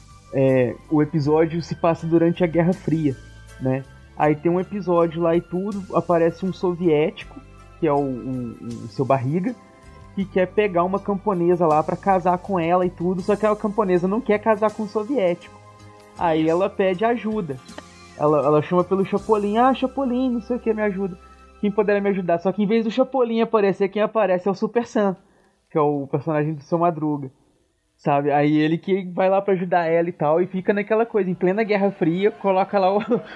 O episódio se passa durante a Guerra Fria, né? Aí tem um episódio lá e tudo, aparece um soviético, que é o Seu Barriga, que quer pegar uma camponesa lá pra casar com ela e tudo, só que a camponesa não quer casar com o soviético. Aí ela pede ajuda. Ela chama pelo Chapolin. Chapolin, não sei o que, me ajuda. Quem poderia me ajudar? Só que em vez do Chapolin aparecer, quem aparece é o Super Sam, que é o personagem do Seu Madruga. Sabe? Aí ele que vai lá pra ajudar ela e tal, e fica naquela coisa, em plena Guerra Fria, coloca lá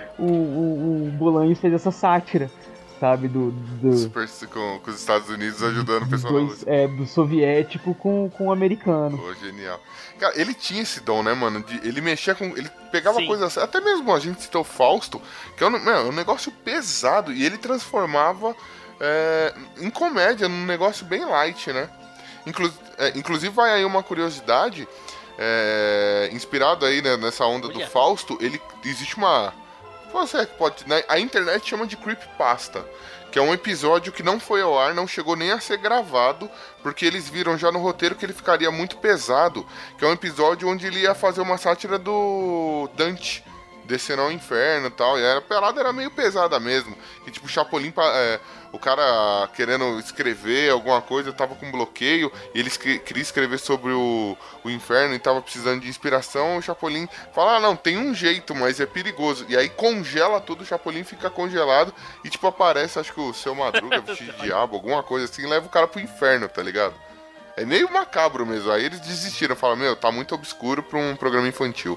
o Bolanhos fez essa sátira, sabe? Super, com os Estados Unidos ajudando o pessoal. Do soviético com o americano. Pô, genial. Cara, ele tinha esse dom, né, mano? Ele mexia com... Ele pegava coisas... Até mesmo a gente citou o Fausto, que é um negócio pesado, e ele transformava em comédia, num negócio bem light, né? Inclusive vai aí uma curiosidade, inspirado aí, né, nessa onda do Fausto, existe uma... Você pode... Né, a internet chama de creepypasta, que é um episódio que não foi ao ar, não chegou nem a ser gravado, porque eles viram já no roteiro que ele ficaria muito pesado, que é um episódio onde ele ia fazer uma sátira do Dante, descendo ao inferno e tal, e a pelada era meio pesada mesmo, que tipo, o Chapolin, o cara querendo escrever alguma coisa, tava com bloqueio, e ele queria escrever sobre o inferno e tava precisando de inspiração, o Chapolin fala, não, tem um jeito, mas é perigoso, e aí congela tudo, o Chapolin fica congelado, e tipo, aparece, acho que o Seu Madruga, vestido de diabo, alguma coisa assim, leva o cara pro inferno, tá ligado? É meio macabro mesmo, aí eles desistiram, falaram, tá muito obscuro pra um programa infantil.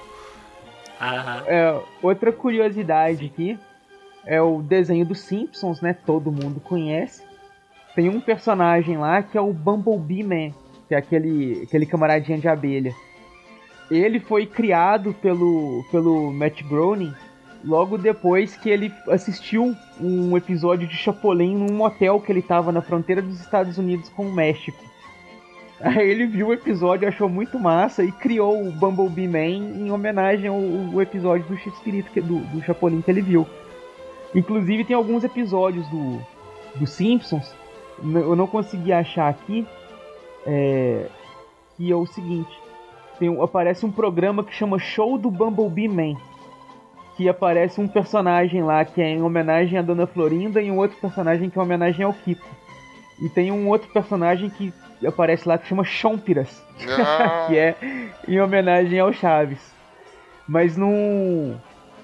Outra curiosidade aqui é o desenho dos Simpsons, né? Todo mundo conhece. Tem um personagem lá que é o Bumblebee Man, que é aquele camaradinha de abelha. Ele foi criado pelo Matt Groening logo depois que ele assistiu um episódio de Chapolin num motel que ele tava na fronteira dos Estados Unidos com o México. Aí ele viu o episódio, achou muito massa e criou o Bumblebee Man em homenagem ao episódio do X-Espírito, do Chapolin que ele viu. Inclusive tem alguns episódios do Simpsons, eu não consegui achar aqui, que é o seguinte, aparece um programa que chama Show do Bumblebee Man, que aparece um personagem lá que é em homenagem à Dona Florinda e um outro personagem que é em homenagem ao Kiko. E tem um outro personagem que aparece lá que chama Chompiras, que é em homenagem ao Chaves. Mas não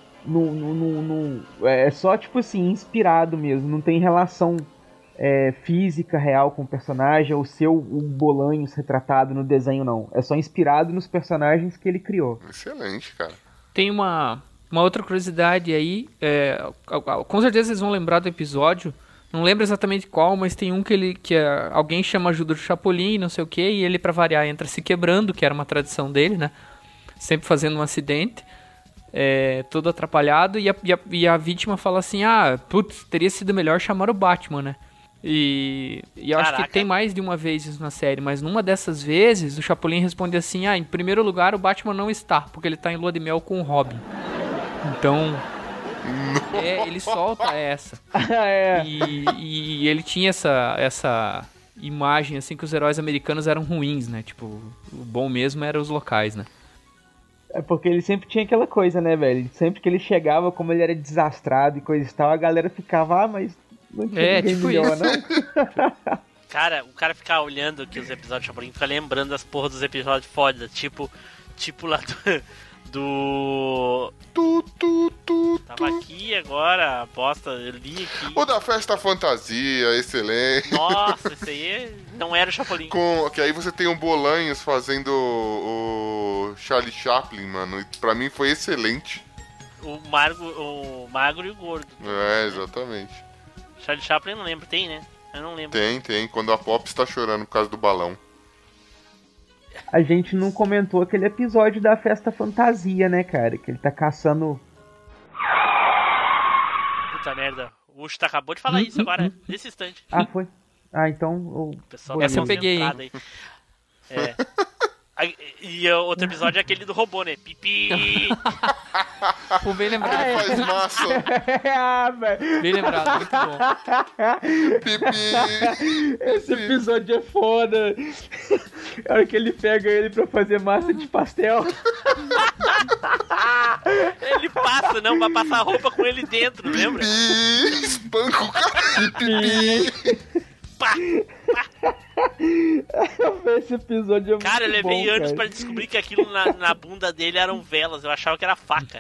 é só tipo assim, inspirado mesmo, não tem relação física real com o personagem ou o Bolanhos retratado no desenho, não. É só inspirado nos personagens que ele criou. Excelente, cara. Tem uma outra curiosidade aí, com certeza vocês vão lembrar do episódio. Não lembro exatamente qual, mas tem um que alguém chama ajuda do Chapolin, não sei o que, e ele, pra variar, entra se quebrando, que era uma tradição dele, né? Sempre fazendo um acidente, todo atrapalhado, e a vítima fala assim, putz, teria sido melhor chamar o Batman, né? E eu acho que tem mais de uma vez isso na série, mas numa dessas vezes, o Chapolin responde assim, em primeiro lugar, o Batman não está, porque ele tá em lua de mel com o Robin. Então... ele solta essa. E ele tinha essa imagem assim que os heróis americanos eram ruins, né? Tipo, o bom mesmo eram os locais, né? É porque ele sempre tinha aquela coisa, né, velho? Sempre que ele chegava, como ele era desastrado e coisa e tal, a galera ficava, mas não tinha ninguém tipo melhor, isso. não? Cara, o cara ficar olhando aqui os episódios de Chapolin, fica lembrando das porras dos episódios foda, tipo lá do... Tava aqui agora, a bosta, eu li aqui. O da Festa Fantasia, excelente. Nossa, esse aí não era o Chapolin. Que aí você tem o Bolanhos fazendo o Charlie Chaplin, mano. E pra mim foi excelente. O magro e o gordo. Exatamente. Charlie Chaplin eu não lembro, tem, né? Eu não lembro. Tem. Quando a Pop está chorando por causa do balão. A gente não comentou aquele episódio da Festa Fantasia, né, cara? Que ele tá caçando... Puta merda. O Ucho acabou de falar isso agora, nesse instante. Foi? Então... Essa eu peguei, hein? E outro episódio é aquele do robô, né? Pipi! Pô, bem lembrado. Faz massa. Bem lembrado, muito bom. Pipi! Esse episódio é foda. A hora que ele pega ele pra fazer massa de pastel. Ele passa, vai passar roupa com ele dentro, lembra? Pipi! Espanca o cara. Pipi! Pá! Esse episódio é muito bom. Cara, eu levei anos pra descobrir que aquilo na bunda dele eram velas. Eu achava que era faca.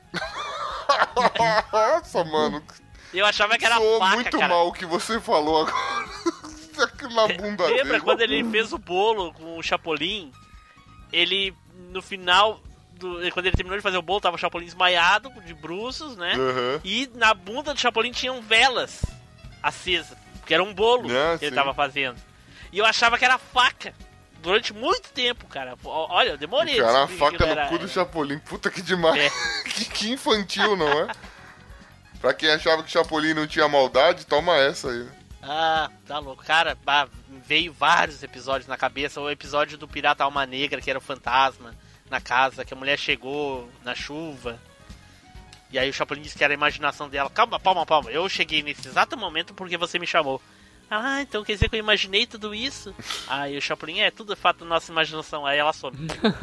Nossa, mano. Eu achava que era soou faca, muito cara. mal o que você falou agora. Na bunda dele. Lembra quando ele fez o bolo com o Chapolin? Ele, no final... Quando ele terminou de fazer o bolo, tava o Chapolin desmaiado, de bruços, né? Uhum. E na bunda do Chapolin tinham velas acesas. Porque era um bolo que ele tava fazendo. E eu achava que era faca. Durante muito tempo, cara. Olha, eu demorei. Cara, a faca no cu do Chapolin. Puta que demais. Que infantil, não é? Pra quem achava que Chapolin não tinha maldade, toma essa aí. Tá louco. Cara, veio vários episódios na cabeça. O episódio do Pirata Alma Negra, que era o fantasma na casa, que a mulher chegou na chuva. E aí o Chapolin disse que era a imaginação dela. Calma. Eu cheguei nesse exato momento porque você me chamou. Então quer dizer que eu imaginei tudo isso? Aí o Chapolin, tudo é fato da nossa imaginação. Aí ela some.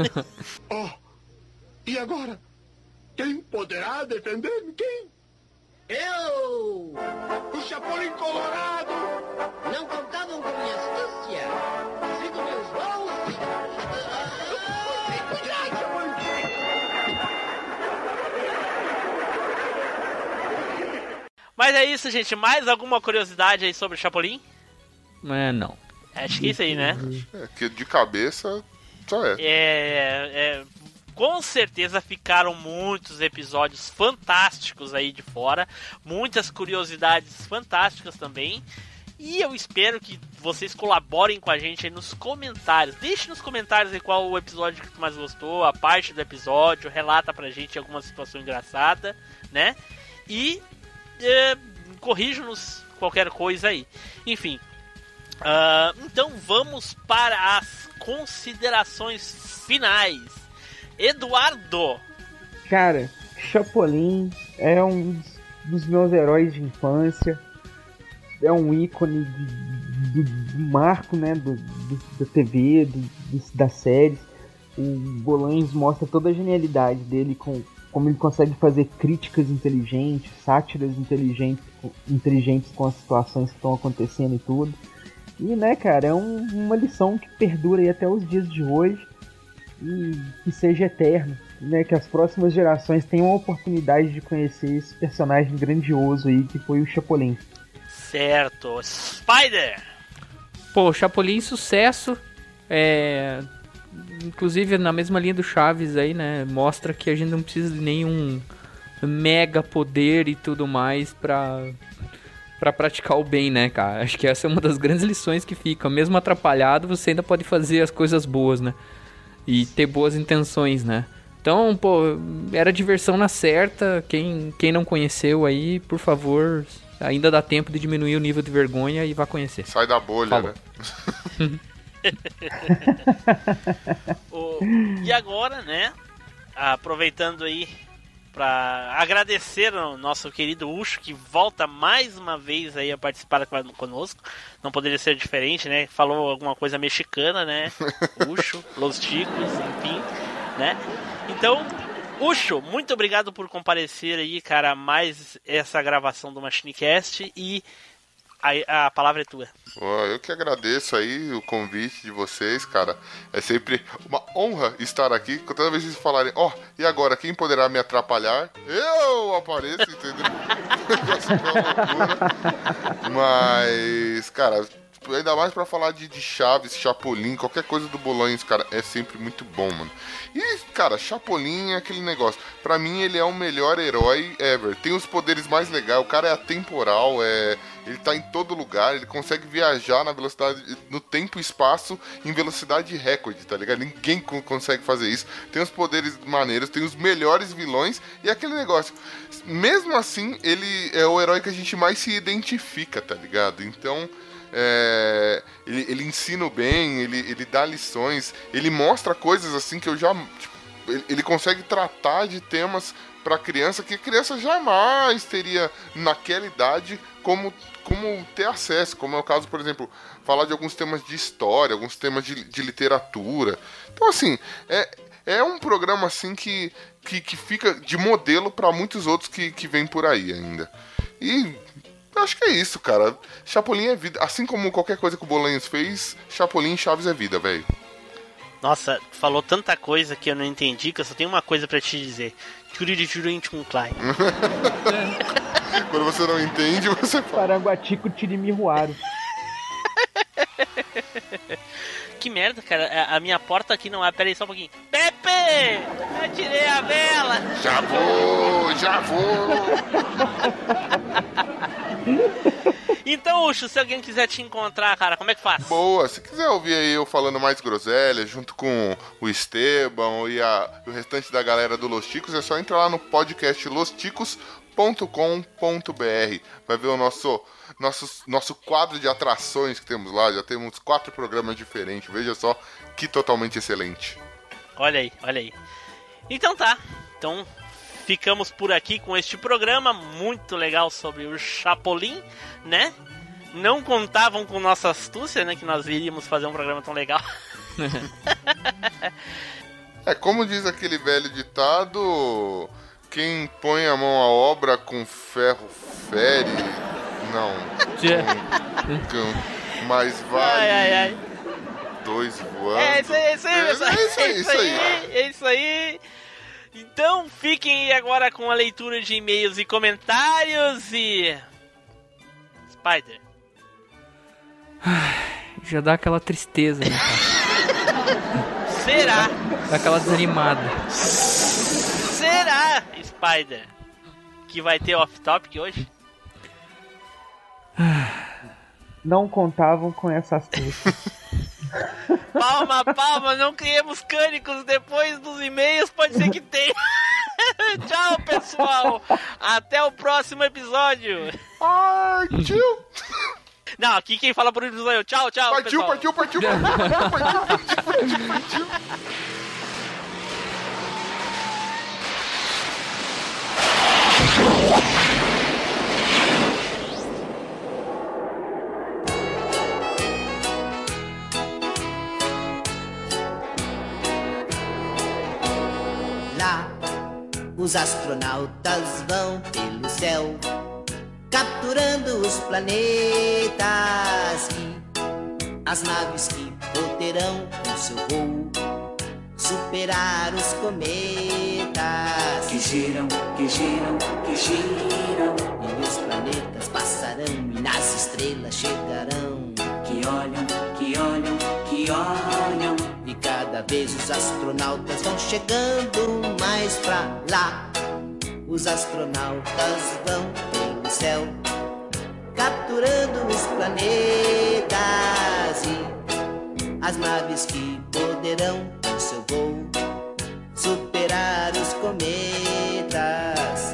E agora? Quem poderá defender-me? Quem? Eu! O Chapolin Colorado! Não contavam com minha astúcia. Sigo meus voos. Mas é isso, gente. Mais alguma curiosidade aí sobre o Chapolin? Não. Acho que é isso aí, né? Que de cabeça só com certeza ficaram muitos episódios fantásticos aí de fora. Muitas curiosidades fantásticas também. E eu espero que vocês colaborem com a gente aí nos comentários. Deixe nos comentários aí qual o episódio que tu mais gostou, a parte do episódio, relata pra gente alguma situação engraçada, né? E corrija-nos qualquer coisa aí. Enfim, então vamos para as considerações finais. Eduardo! Cara, Chapolin é um dos meus heróis de infância. É um ícone de marco, né, da TV, das séries. O Bolanhos mostra toda a genialidade dele, como ele consegue fazer críticas inteligentes, sátiras inteligentes com as situações que estão acontecendo e tudo. E, né, cara, é uma lição que perdura aí até os dias de hoje e que seja eterno, né, que as próximas gerações tenham a oportunidade de conhecer esse personagem grandioso aí que foi o Chapolin. Certo. Spider! Pô, Chapolin, sucesso. Inclusive, na mesma linha do Chaves aí, né? Mostra que a gente não precisa de nenhum mega poder e tudo mais pra praticar o bem, né, cara? Acho que essa é uma das grandes lições que fica. Mesmo atrapalhado, você ainda pode fazer as coisas boas, né? E ter boas intenções, né? Então, pô, era diversão na certa. Quem não conheceu aí, por favor... Ainda dá tempo de diminuir o nível de vergonha e vá conhecer. Sai da bolha, Falou. Né? E agora, né? Aproveitando aí para agradecer ao nosso querido Ucho, que volta mais uma vez aí a participar conosco. Não poderia ser diferente, né? Falou alguma coisa mexicana, né? Ucho, Los Chicos, enfim, né? Então... Ucho, muito obrigado por comparecer aí, cara, mais essa gravação do MachineCast e a palavra é tua. Eu que agradeço aí o convite de vocês, cara. É sempre uma honra estar aqui. Toda vez que vocês falarem, e agora, quem poderá me atrapalhar? Eu apareço, entendeu? Isso é uma loucura. Mas, cara... Ainda mais pra falar de Chaves, Chapolin, qualquer coisa do Bolanhos, cara, é sempre muito bom, mano. E, cara, Chapolin é aquele negócio. Pra mim, ele é o melhor herói ever. Tem os poderes mais legais, o cara é atemporal, ele tá em todo lugar, ele consegue viajar na velocidade, no tempo e espaço em velocidade recorde, tá ligado? Ninguém consegue fazer isso. Tem os poderes maneiros, tem os melhores vilões e aquele negócio. Mesmo assim, ele é o herói que a gente mais se identifica, tá ligado? Então... ele ensina bem, ele dá lições, ele mostra coisas assim que eu já... Tipo, ele consegue tratar de temas pra criança que a criança jamais teria naquela idade como ter acesso, como é o caso, por exemplo, falar de alguns temas de história, alguns temas de literatura. Então, assim, é um programa assim que fica de modelo pra muitos outros que vêm por aí ainda. E... acho que é isso, cara. Chapolin é vida. Assim como qualquer coisa que o Bolanhos fez, Chapolin e Chaves é vida, velho. Nossa, falou tanta coisa que eu não entendi, que eu só tenho uma coisa pra te dizer. Quando você não entende, você fala. Paranguatico Tirimiruaro. Que merda, cara. A minha porta aqui não abre. Pera aí, só um pouquinho. Pepe! Eu tirei a vela! Já vou! Então, Ucho, se alguém quiser te encontrar, cara, como é que faz? Boa, se quiser ouvir aí eu falando mais groselha, junto com o Esteban e o restante da galera do Los Chicos, é só entrar lá no podcast losticos.com.br. Vai ver o nosso quadro de atrações que temos lá. Já temos 4 programas diferentes. Veja só que totalmente excelente. Olha aí. Então tá. Então ficamos por aqui com este programa muito legal sobre o Chapolin, né? Não contavam com nossa astúcia, né? Que nós iríamos fazer um programa tão legal. Como diz aquele velho ditado, quem põe a mão à obra com ferro fere. Não. Mas vale 2 voando. É isso aí. Então fiquem agora com a leitura de e-mails e comentários e... Spider. Já dá aquela tristeza, né, cara? Será? Dá aquela desanimada. Será, Spider, que vai ter off-topic hoje? não contavam com essa astúcia. Palma, não criemos cânicos depois dos e-mails, pode ser que tenha. Tchau, pessoal. Até o próximo episódio. Ai, tio. Não, aqui quem fala por isso sou eu. Tchau, Partiu. Lá, os astronautas vão pelo céu, capturando os planetas e as naves que poderão com seu voo superar os cometas que giram. E os planetas passarão e nas estrelas chegarão, que olham. e cada vez os astronautas vão chegando mais pra lá. Os astronautas vão pelo céu, capturando os planetas e as naves que poderão com seu voo superar os cometas.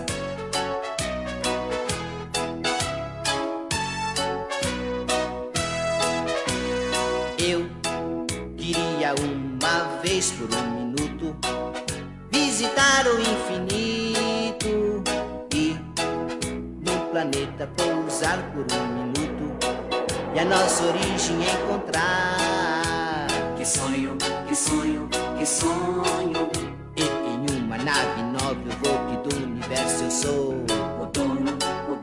Eu queria uma vez por um minuto visitar o infinito e no planeta pousar por um minuto e a nossa origem encontrar. Que sonho. E em uma nave nova eu vou que do universo eu sou O dono.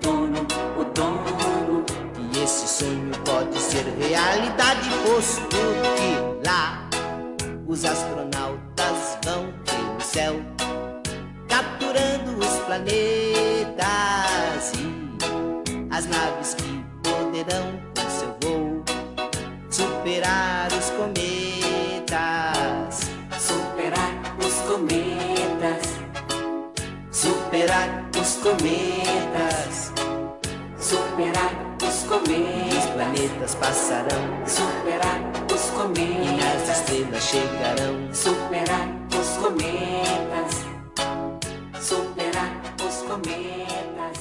e esse sonho pode ser realidade, posto que lá os astronautas vão pelo céu, capturando os planetas e as naves que poderão com seu voo superar os cometas. Superar os cometas. E os planetas passarão, Superar os e cometas. nas estrelas chegarão. Superar os cometas. Superar os cometas.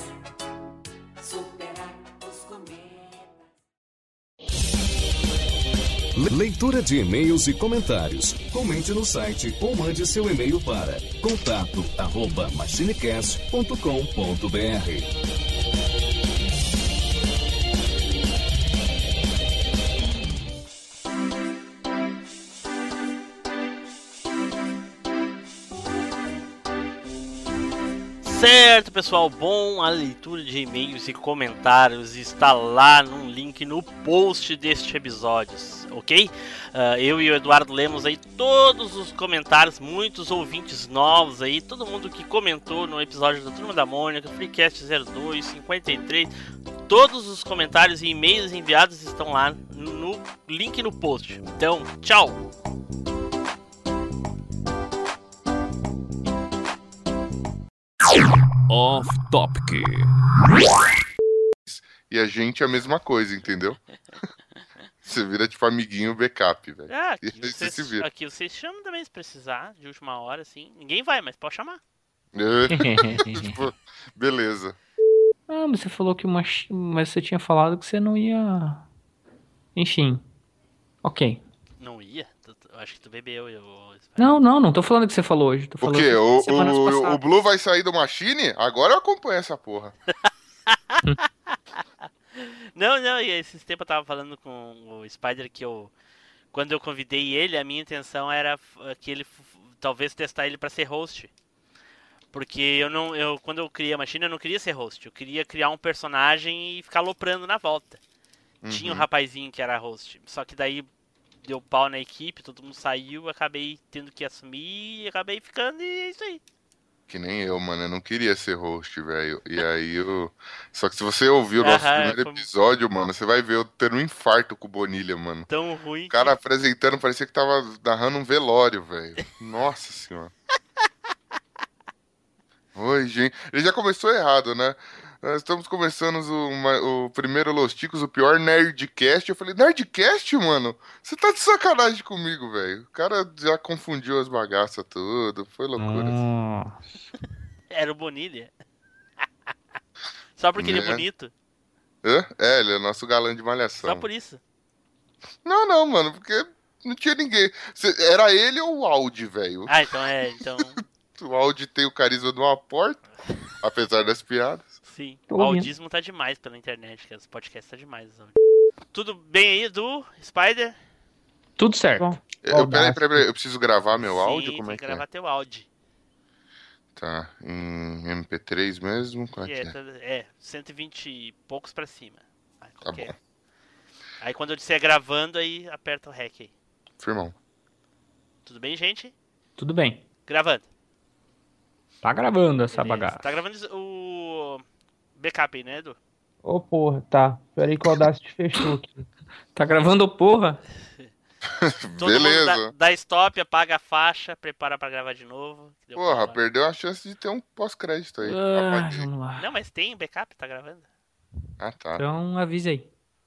Leitura de e-mails e comentários. Comente no site ou mande seu e-mail para contato@machinecast.com.br. Certo, pessoal, bom, a leitura de e-mails e comentários está lá no link no post deste episódio, ok? Eu e o Eduardo lemos aí todos os comentários, muitos ouvintes novos aí, todo mundo que comentou no episódio da Turma da Mônica, Freecast 02, 53, todos os comentários e e-mails enviados estão lá no link no post. Então, tchau! Off Topic. E a gente é a mesma coisa, entendeu? Você vira tipo amiguinho backup, velho. Aqui E aí você se vira. aqui vocês chamam também se precisar, de última hora, assim. Ninguém vai, mas pode chamar. Tipo, beleza. Ah, mas você falou que mas você tinha falado que você não ia... Enfim. Ok. Não ia? Eu acho que tu bebeu. Não tô falando que você falou hoje. Tô O falando quê? semanas passadas. O Blue vai sair do Machine? Agora eu acompanho essa porra. Não, e esses tempos eu tava falando com o Spider que quando eu convidei ele, a minha intenção era que ele talvez testar ele pra ser host. Porque quando eu criei a Machine, eu não queria ser host. Eu queria criar um personagem e ficar aloprando na volta. Tinha um rapazinho que era host. Só que daí deu pau na equipe, todo mundo saiu, acabei tendo que assumir, acabei ficando e é isso aí. Que nem eu, mano. Eu não queria ser host, velho. E aí eu... Só que se você ouvir o nosso primeiro episódio, mano, você vai ver eu tendo um infarto com o Bonilha, mano. Tão ruim. O cara apresentando, parecia que tava narrando um velório, velho. Nossa senhora. Oi, gente. Ele já começou errado, né? Nós estamos começando o primeiro Los Ticos, o pior Nerdcast. Eu falei, Nerdcast, mano? Você tá de sacanagem comigo, velho. O cara já confundiu as bagaças tudo. Foi loucura. Era o Bonilha. Só porque ele é bonito? É, ele é nosso galã de malhação. Só por isso? Não, mano, porque não tinha ninguém. Era ele ou o Audi, velho? Ah, então... O Audi tem o carisma de uma porta, apesar das piadas. Sim, o audismo tá demais pela internet, que os podcasts tá demais. Tudo bem aí, Edu? Spider? Tudo certo. Peraí, eu preciso gravar meu áudio? Como é que gravar teu áudio. Tá, em MP3 mesmo? Qual é? 120 e poucos pra cima. Tá bom. Aí quando eu disser gravando, aí aperta o REC aí. Firmão. Tudo bem, gente? Tudo bem. Gravando. Tá gravando essa bagaça. Tá gravando o backup aí, né, Edu? Ô, porra, tá. Peraí que o Audacity fechou aqui. Tá gravando, porra? Beleza. Mundo dá stop, apaga a faixa, prepara pra gravar de novo. Porra, perdeu a chance de ter um pós-crédito aí. Vamos lá. Não, mas tem backup, tá gravando. Ah, tá. Então avise aí.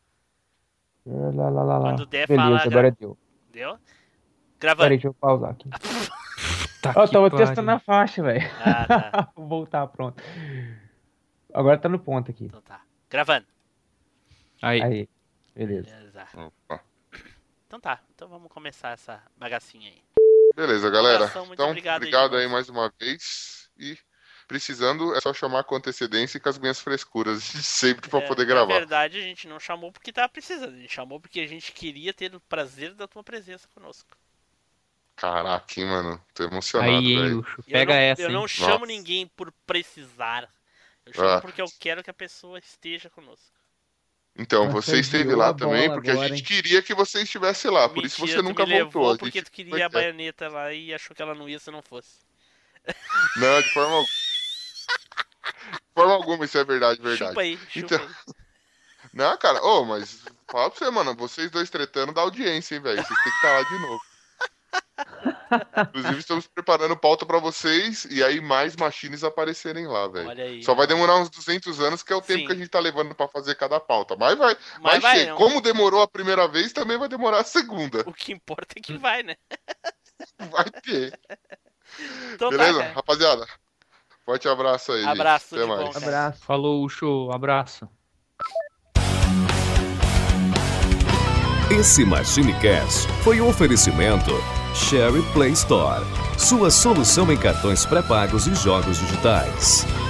Quando der, beleza, fala... agora deu. Deu? Gravando. Peraí, deixa eu pausar aqui. Eu tava testando a faixa, velho. Ah, tá. Vou voltar, pronto. Agora tá no ponto aqui. Então tá. Gravando. Aí. Beleza. Opa. Então tá. Então vamos começar essa bagacinha aí. Beleza, galera. Então, obrigado aí mais uma vez. E precisando, é só chamar com antecedência e com as minhas frescuras de sempre pra poder gravar. Na verdade, a gente não chamou porque tava precisando. A gente chamou porque a gente queria ter o prazer da tua presença conosco. Caraca, hein, mano. Tô emocionado, velho. Pega essa, eu não chamo ninguém por precisar. Eu chamo porque eu quero que a pessoa esteja conosco. Então, você esteve lá também, porque a gente queria que você estivesse lá. Por isso você nunca voltou. Porque tu queria a baianeta lá e achou que ela não ia se não fosse. Não, de forma alguma. De forma alguma, isso é verdade. Chupa aí. Não, cara, mas fala pra você, mano, vocês dois tretando da audiência, hein, velho. Vocês têm que estar lá de novo. Inclusive, estamos preparando pauta pra vocês e aí mais machines aparecerem lá, velho. Só vai demorar uns 200 anos, que é o tempo que a gente tá levando pra fazer cada pauta. Mas vai ter. Como demorou a primeira vez, também vai demorar a segunda. O que importa é que vai, né? Vai ter. Então beleza, tá, rapaziada? Forte abraço aí. Abraço, gente. Até mais. Bom, abraço. Falou, show. Abraço. Esse MachineCast foi um oferecimento Cherry Play Store, sua solução em cartões pré-pagos e jogos digitais.